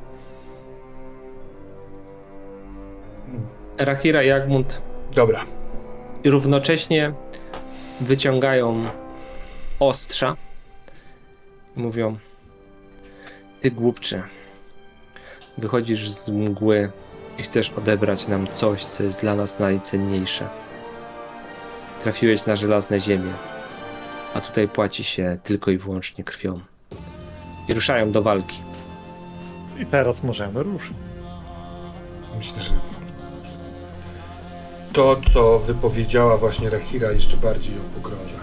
Speaker 1: Rahira i Agmund
Speaker 2: Dobra.
Speaker 1: równocześnie wyciągają ostrza i mówią: ty głupcze, wychodzisz z mgły i chcesz odebrać nam coś, co jest dla nas najcenniejsze. Trafiłeś na żelazne ziemię, a tutaj płaci się tylko i wyłącznie krwią. I ruszają do walki.
Speaker 3: I teraz możemy ruszyć.
Speaker 2: Myślę, że to, co wypowiedziała właśnie Rahira, jeszcze bardziej ją pogrąża.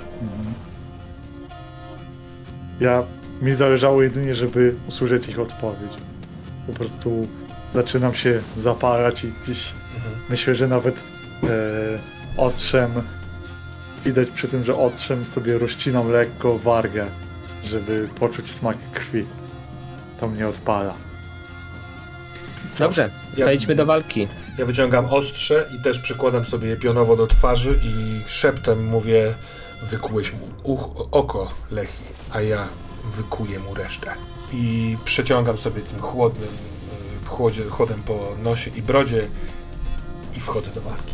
Speaker 3: Mi zależało jedynie, żeby usłyszeć ich odpowiedź. Po prostu zaczynam się zapalać i gdzieś myślę, że nawet ostrzem, widać przy tym, że ostrzem sobie rozcinam lekko wargę, żeby poczuć smak krwi. To mnie odpala.
Speaker 1: Dobrze, wejdźmy do walki.
Speaker 2: Ja wyciągam ostrze i też przykładam sobie je pionowo do twarzy i szeptem mówię: wykułeś mu oko, Lechi, a ja wykuję mu resztę. I przeciągam sobie tym chłodem po nosie i brodzie i wchodzę do walki.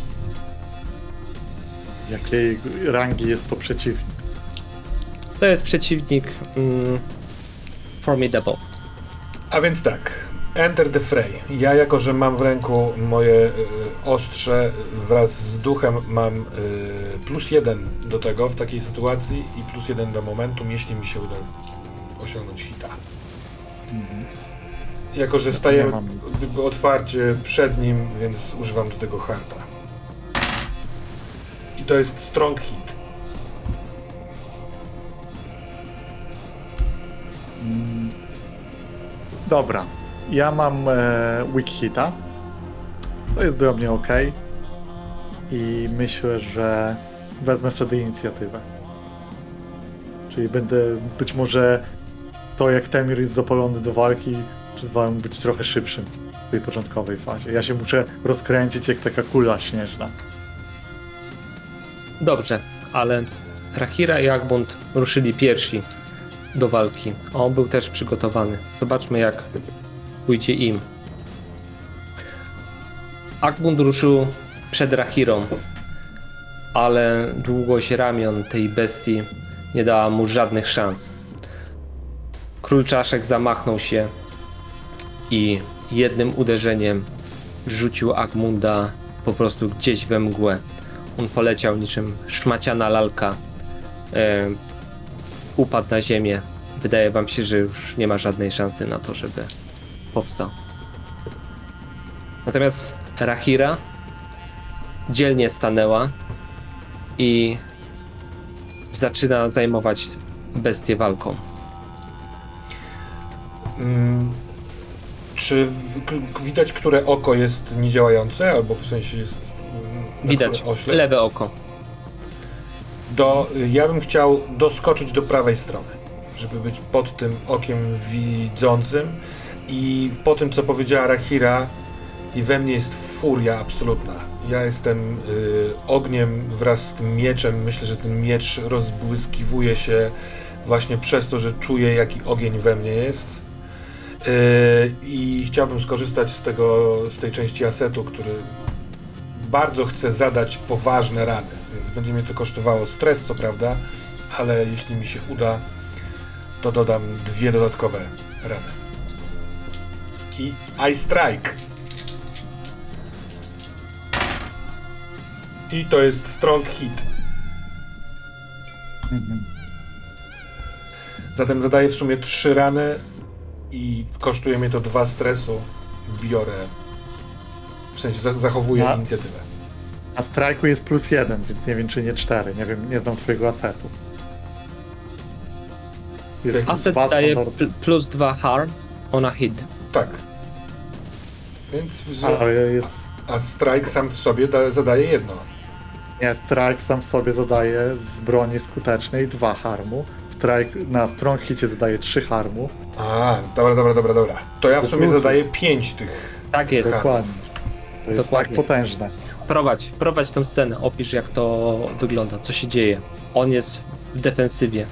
Speaker 3: Jakiej rangi jest to przeciwnik?
Speaker 1: To jest przeciwnik formidable.
Speaker 2: A więc tak, enter the fray. Ja, jako że mam w ręku moje ostrze, wraz z duchem mam +1 do tego w takiej sytuacji i +1 do momentum, jeśli mi się uda osiągnąć hita. Jako że stajemy otwarcie przed nim, więc używam do tego harta. I to jest strong hit.
Speaker 3: Dobra, ja mam weak hita, co jest dla mnie ok. I myślę, że wezmę wtedy inicjatywę. Czyli będę być może to, jak Temir jest zapalony do walki, pozwala mu być trochę szybszym w tej początkowej fazie. Ja się muszę rozkręcić jak taka kula śnieżna.
Speaker 1: Dobrze, ale Rahira i Agmund ruszyli pierwsi do walki. On był też przygotowany. Zobaczmy, jak pójdzie im. Agmund ruszył przed Rahirą, ale długość ramion tej bestii nie dała mu żadnych szans. Król Czaszek zamachnął się i jednym uderzeniem rzucił Agmunda po prostu gdzieś we mgłę. On poleciał niczym szmaciana lalka. Upadł na ziemię. Wydaje wam się, że już nie ma żadnej szansy na to, żeby powstał. Natomiast Rahira dzielnie stanęła i zaczyna zajmować bestię walką.
Speaker 2: Czy widać, które oko jest niedziałające, albo w sensie jest...
Speaker 1: Widać, lewe oko.
Speaker 2: Ja bym chciał doskoczyć do prawej strony, żeby być pod tym okiem widzącym i po tym, co powiedziała Rahira, i we mnie jest furia absolutna. Ja jestem ogniem wraz z tym mieczem. Myślę, że ten miecz rozbłyskiwuje się właśnie przez to, że czuję, jaki ogień we mnie jest. I chciałbym skorzystać z tej części asetu, który bardzo chce zadać poważne rany, więc będzie mnie to kosztowało stres, co prawda, ale jeśli mi się uda, to dodam 2 dodatkowe rany. I I strike. I to jest strong hit. Zatem dodaję w sumie 3 rany i kosztuje mnie to 2 stresu. Biorę W sensie zachowuje
Speaker 3: A-
Speaker 2: inicjatywę.
Speaker 3: A strajku jest +1, więc nie wiem czy nie 4. Nie wiem, nie znam twojego asetu. Jest
Speaker 1: Aset
Speaker 3: dwa
Speaker 1: daje
Speaker 3: standardy.
Speaker 1: +2 harm on a hit.
Speaker 2: Tak. Więc
Speaker 3: Ale jest...
Speaker 2: a strike sam w sobie zadaje 1.
Speaker 3: Nie, strike sam w sobie zadaje z broni skutecznej 2 harmu. Strike na strong hicie zadaje 3 harmu.
Speaker 2: A, dobra. To ja w sumie
Speaker 3: Plusy.
Speaker 2: zadaję 5 tych.
Speaker 1: Tak jest.
Speaker 3: Dokładnie. To jest
Speaker 1: Dokładnie.
Speaker 3: tak potężne.
Speaker 1: Prowadź tę scenę, opisz jak to wygląda, co się dzieje. On jest w defensywie.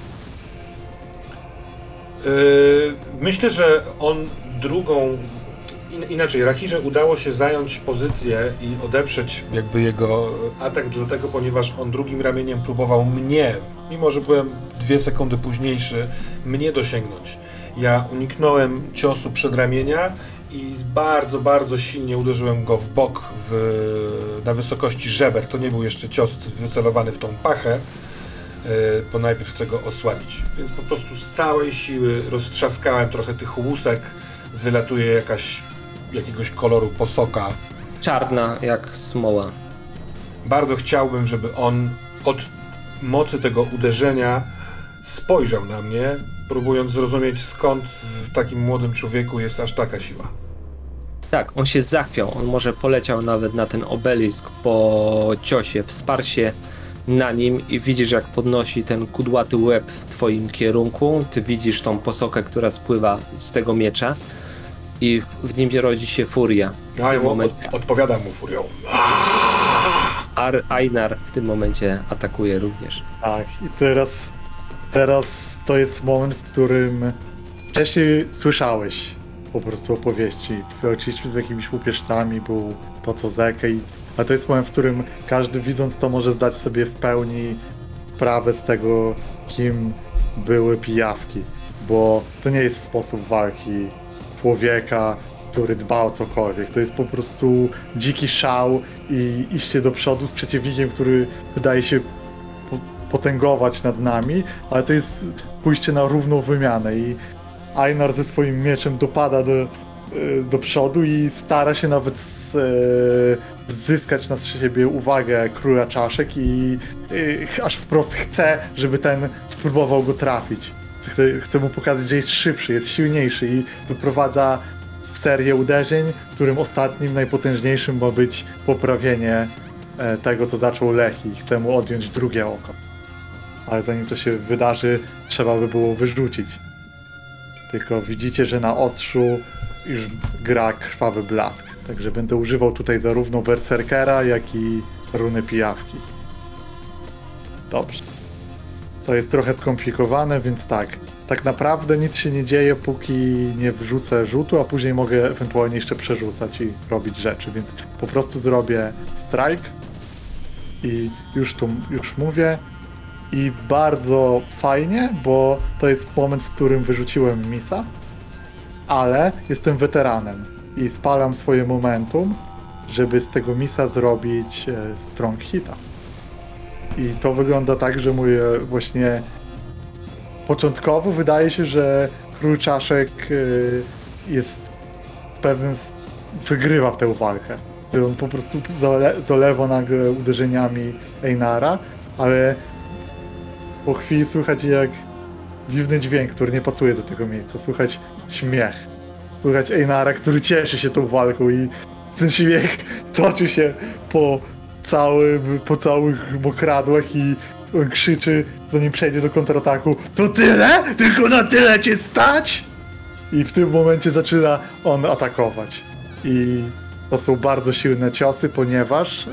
Speaker 2: Myślę, że on drugą. Inaczej, Rahirze udało się zająć pozycję i odeprzeć jakby jego atak, dlatego, ponieważ on drugim ramieniem próbował mnie, mimo że byłem 2 sekundy późniejszy, mnie dosięgnąć. Ja uniknąłem ciosu przedramienia i bardzo silnie uderzyłem go w bok na wysokości żeber. To nie był jeszcze cios wycelowany w tą pachę, bo najpierw chcę go osłabić. Więc po prostu z całej siły roztrzaskałem trochę tych łusek, wylatuje jakiegoś koloru posoka.
Speaker 1: Czarna jak smoła.
Speaker 2: Bardzo chciałbym, żeby on od mocy tego uderzenia spojrzał na mnie, próbując zrozumieć, skąd w takim młodym człowieku jest aż taka siła.
Speaker 1: Tak, on się zachwiał, on może poleciał nawet na ten obelisk po ciosie, wsparł się na nim i widzisz jak podnosi ten kudłaty łeb w twoim kierunku, ty widzisz tą posokę, która spływa z tego miecza i w nim rodzi się furia. W
Speaker 2: A ja
Speaker 1: tym momencie
Speaker 2: odpowiadam mu furią.
Speaker 1: Einar w tym momencie atakuje również.
Speaker 3: Tak, i teraz to jest moment, w którym wcześniej słyszałeś po prostu opowieści. Walczyliśmy z jakimiś łupieżcami, był to co Zekę, a to jest moment, w którym każdy widząc to może zdać sobie w pełni sprawę z tego, kim były pijawki, bo to nie jest sposób walki człowieka, który dba o cokolwiek. To jest po prostu dziki szał i iście do przodu z przeciwnikiem, który wydaje się potęgować nad nami, ale to jest pójście na równą wymianę i Einar ze swoim mieczem dopada do przodu i stara się nawet zyskać na siebie uwagę króla czaszek i aż wprost chce, żeby ten spróbował go trafić. Chce mu pokazać, że jest szybszy, jest silniejszy i wyprowadza serię uderzeń, którym ostatnim, najpotężniejszym ma być poprawienie tego, co zaczął Lechi. Chce mu odjąć drugie oko. Ale zanim to się wydarzy, trzeba by było wyrzucić. Tylko widzicie, że na ostrzu już gra krwawy blask. Także będę używał tutaj zarówno berserkera, jak i runy pijawki. Dobrze. To jest trochę skomplikowane, więc tak naprawdę nic się nie dzieje, póki nie wrzucę rzutu, a później mogę ewentualnie jeszcze przerzucać i robić rzeczy, więc po prostu zrobię strike i już mówię. I bardzo fajnie, bo to jest moment, w którym wyrzuciłem misa, ale jestem weteranem i spalam swoje momentum, żeby z tego misa zrobić strong hita. I to wygląda tak, że mój właśnie początkowo wydaje się, że król czaszek jest wygrywa w tę walkę. Że on po prostu zalewa nagle uderzeniami Einara, ale po chwili słychać jak dziwny dźwięk, który nie pasuje do tego miejsca. Słychać śmiech. Słychać Einara, który cieszy się tą walką i ten śmiech toczy się po całych mokradłach i on krzyczy, zanim przejdzie do kontrataku: to tyle? Tylko na tyle cię stać? I w tym momencie zaczyna on atakować. I to są bardzo silne ciosy, ponieważ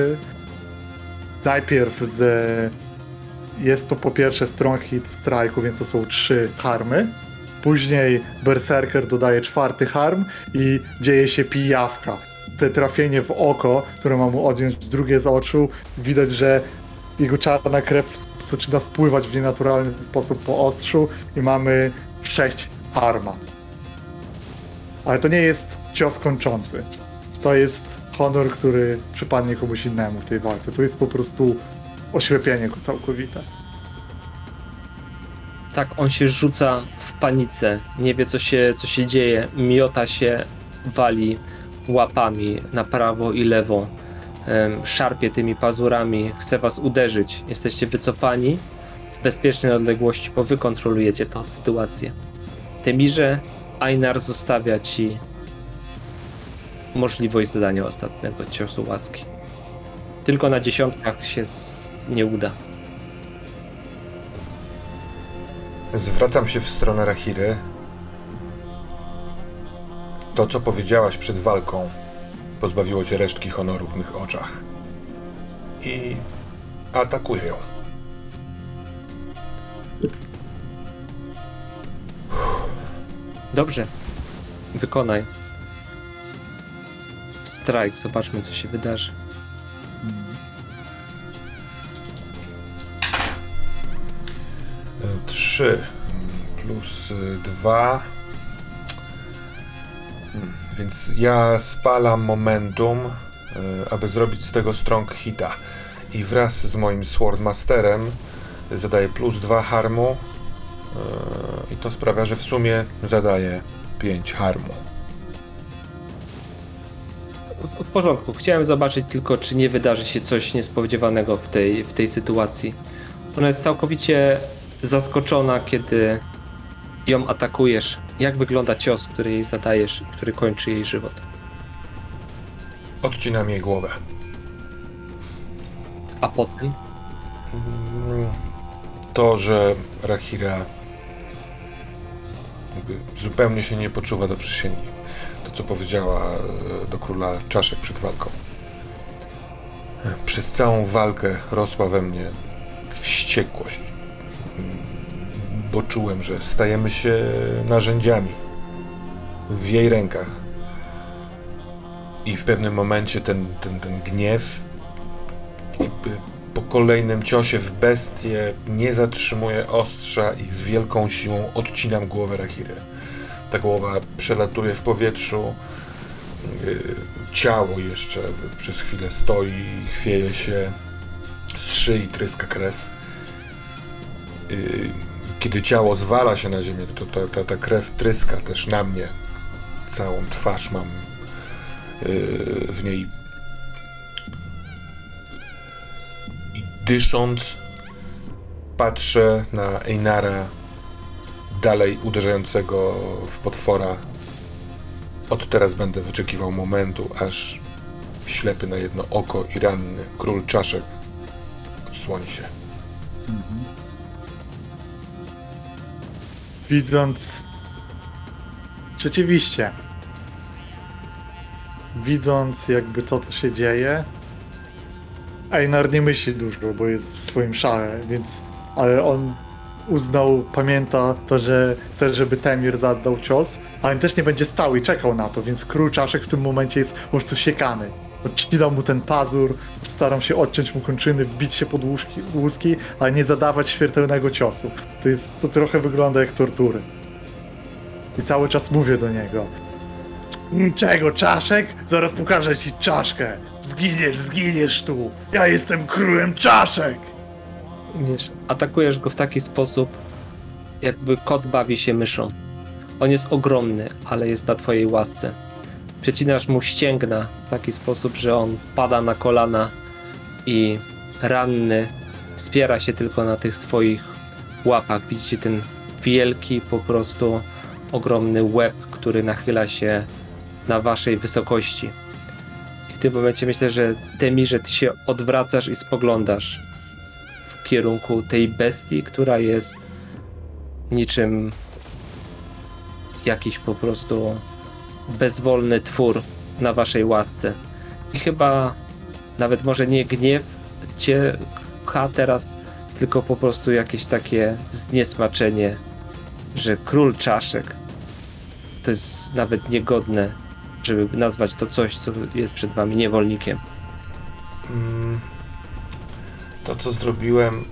Speaker 3: najpierw jest to po pierwsze strong hit w strajku, więc to są 3 harmy. Później berserker dodaje 4 harm i dzieje się pijawka. Te trafienie w oko, które ma mu odjąć drugie z oczu, widać, że jego czarna krew zaczyna spływać w nienaturalny sposób po ostrzu i mamy 6 harma. Ale to nie jest cios kończący. To jest honor, który przypadnie komuś innemu w tej walce. To jest po prostu oślepienie całkowite.
Speaker 1: Tak, on się rzuca w panice, nie wie co się dzieje, miota się, wali, łapami na prawo i lewo, szarpie tymi pazurami, chce was uderzyć. Jesteście wycofani w bezpiecznej odległości, bo wy kontrolujecie tę sytuację. Temirze, Einar zostawia ci możliwość zadania ostatniego ciosu łaski. Tylko na 10 się nie uda.
Speaker 2: Zwracam się w stronę Rachiry. To, co powiedziałaś przed walką, pozbawiło cię resztki honoru w mych oczach. I atakuję ją.
Speaker 1: Dobrze. Wykonaj. Strike, zobaczmy, co się wydarzy.
Speaker 2: Trzy plus 2. Więc ja spalam momentum, aby zrobić z tego strong hita. I wraz z moim Swordmasterem zadaję plus 2 harmu. I to sprawia, że w sumie zadaję 5 harmu.
Speaker 1: W porządku. Chciałem zobaczyć tylko, czy nie wydarzy się coś niespodziewanego w tej sytuacji. Ona jest całkowicie zaskoczona, kiedy ją atakujesz. Jak wygląda cios, który jej zadajesz i który kończy jej żywot?
Speaker 2: Odcinam jej głowę.
Speaker 1: A potem?
Speaker 2: To, że Rahira jakby zupełnie się nie poczuwa do przysięgi. To, co powiedziała do króla czaszek przed walką. Przez całą walkę rosła we mnie wściekłość, bo czułem, że stajemy się narzędziami w jej rękach. I w pewnym momencie ten gniew jakby po kolejnym ciosie w bestię nie zatrzymuje ostrza i z wielką siłą odcinam głowę Rachiry. Ta głowa przelatuje w powietrzu, ciało jeszcze przez chwilę stoi, chwieje się, z szyi tryska krew. Kiedy ciało zwala się na ziemię, to ta krew tryska też na mnie. Całą twarz mam w niej. I dysząc, patrzę na Einara, dalej uderzającego w potwora. Od teraz będę wyczekiwał momentu, aż ślepy na jedno oko i ranny król czaszek odsłoni się.
Speaker 3: Widząc... Rzeczywiście. Widząc jakby to, co się dzieje, Einar nie myśli dużo, bo jest w swoim szale, więc... Ale on pamięta to, że chce, żeby Temir zadał cios, ale on też nie będzie stał i czekał na to, więc król czaszek w tym momencie jest po prostu siekany. Odcinam mu ten pazur, staram się odciąć mu kończyny, wbić się pod łuski, ale nie zadawać śmiertelnego ciosu. To trochę wygląda jak tortury. I cały czas mówię do niego. Czego, czaszek? Zaraz pokażę ci czaszkę. Zginiesz tu. Ja jestem królem czaszek.
Speaker 1: Wiesz, atakujesz go w taki sposób, jakby kot bawi się myszą. On jest ogromny, ale jest na twojej łasce. Przecinasz mu ścięgna w taki sposób, że on pada na kolana i ranny wspiera się tylko na tych swoich łapach. Widzicie ten wielki, po prostu ogromny łeb, który nachyla się na waszej wysokości. I w tym momencie myślę, że Temirze, ty się odwracasz i spoglądasz w kierunku tej bestii, która jest niczym jakiś po prostu bezwolny twór na waszej łasce. I chyba nawet może nie gniew cię pcha teraz, tylko po prostu jakieś takie zniesmaczenie, że król czaszek to jest nawet niegodne, żeby nazwać to coś, co jest przed wami niewolnikiem.
Speaker 2: To, co zrobiłem,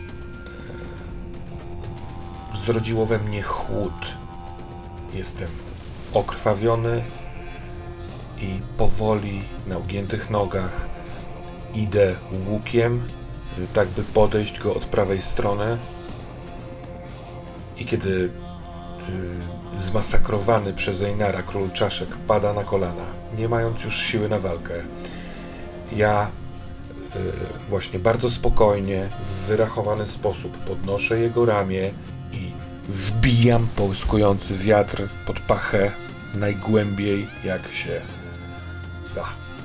Speaker 2: zrodziło we mnie chłód. Jestem okrwawiony i powoli na ugiętych nogach idę łukiem, tak by podejść go od prawej strony. I kiedy zmasakrowany przez Einara król czaszek pada na kolana, nie mając już siły na walkę. Ja właśnie bardzo spokojnie, w wyrachowany sposób podnoszę jego ramię i wbijam połyskujący wiatr pod pachę najgłębiej jak się da.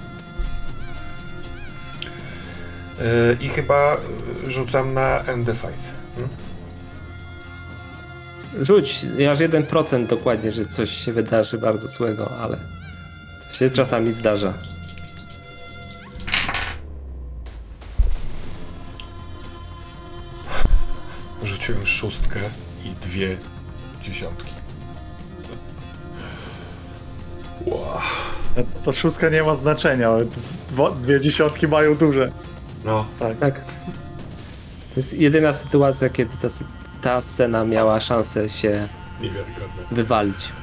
Speaker 2: I chyba rzucam na end the fight.
Speaker 1: Rzuć, masz 1% dokładnie, że coś się wydarzy bardzo złego, ale to się czasami zdarza.
Speaker 2: Rzuciłem 6 i 2 dziesiątki. Wow.
Speaker 3: Ta 6 nie ma znaczenia, ale 2 dziesiątki mają duże.
Speaker 2: No,
Speaker 1: Tak. To jest jedyna sytuacja, kiedy ta scena miała szansę się
Speaker 2: niewiarygodne.
Speaker 1: wywalić.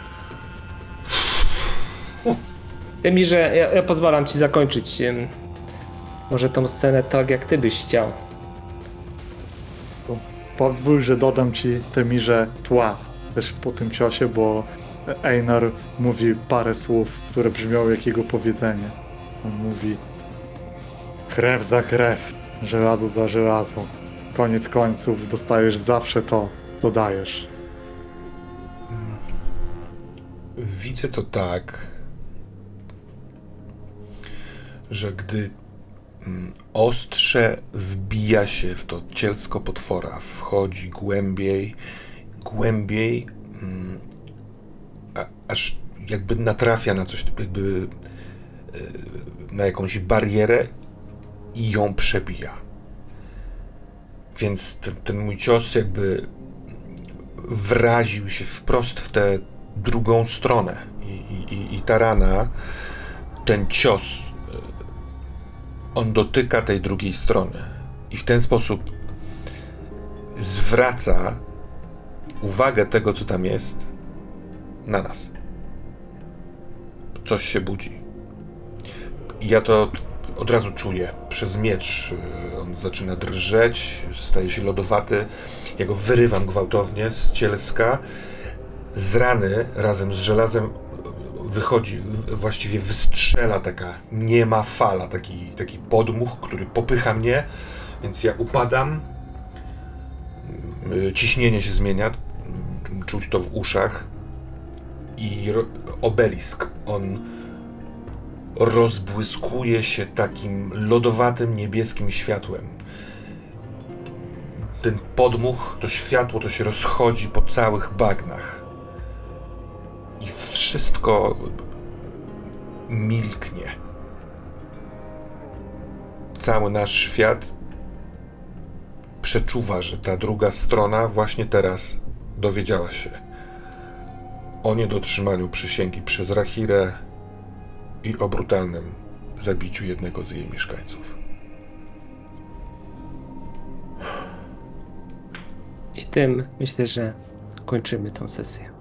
Speaker 1: Wiem, że ja pozwalam ci zakończyć może tą scenę tak, jak ty byś chciał.
Speaker 3: Pozwól, że dodam ci Temirze tła też po tym ciosie, bo Einar mówi parę słów, które brzmią jak jego powiedzenie. On mówi: krew za krew, żelazo za żelazo. Koniec końców dostajesz zawsze to, co dajesz.
Speaker 2: Widzę to tak, że gdy ostrze wbija się w to cielsko potwora, wchodzi głębiej, aż jakby natrafia na coś, jakby na jakąś barierę i ją przebija. Więc ten mój cios jakby wraził się wprost w tę drugą stronę i ta rana, ten cios, on dotyka tej drugiej strony i w ten sposób zwraca uwagę tego, co tam jest, na nas. Coś się budzi. I ja to od razu czuję. Przez miecz on zaczyna drżeć, staje się lodowaty. Ja go wyrywam gwałtownie z cielska. Z rany razem z żelazem wychodzi, właściwie wystrzela taka niema fala, taki podmuch, który popycha mnie, więc ja upadam. Ciśnienie się zmienia, czuć to w uszach i obelisk, on rozbłyskuje się takim lodowatym, niebieskim światłem. Ten podmuch, to światło, to się rozchodzi po całych bagnach. I wszystko milknie. Cały nasz świat przeczuwa, że ta druga strona właśnie teraz dowiedziała się o niedotrzymaniu przysięgi przez Rahirę i o brutalnym zabiciu jednego z jej mieszkańców.
Speaker 1: I tym myślę, że kończymy tę sesję.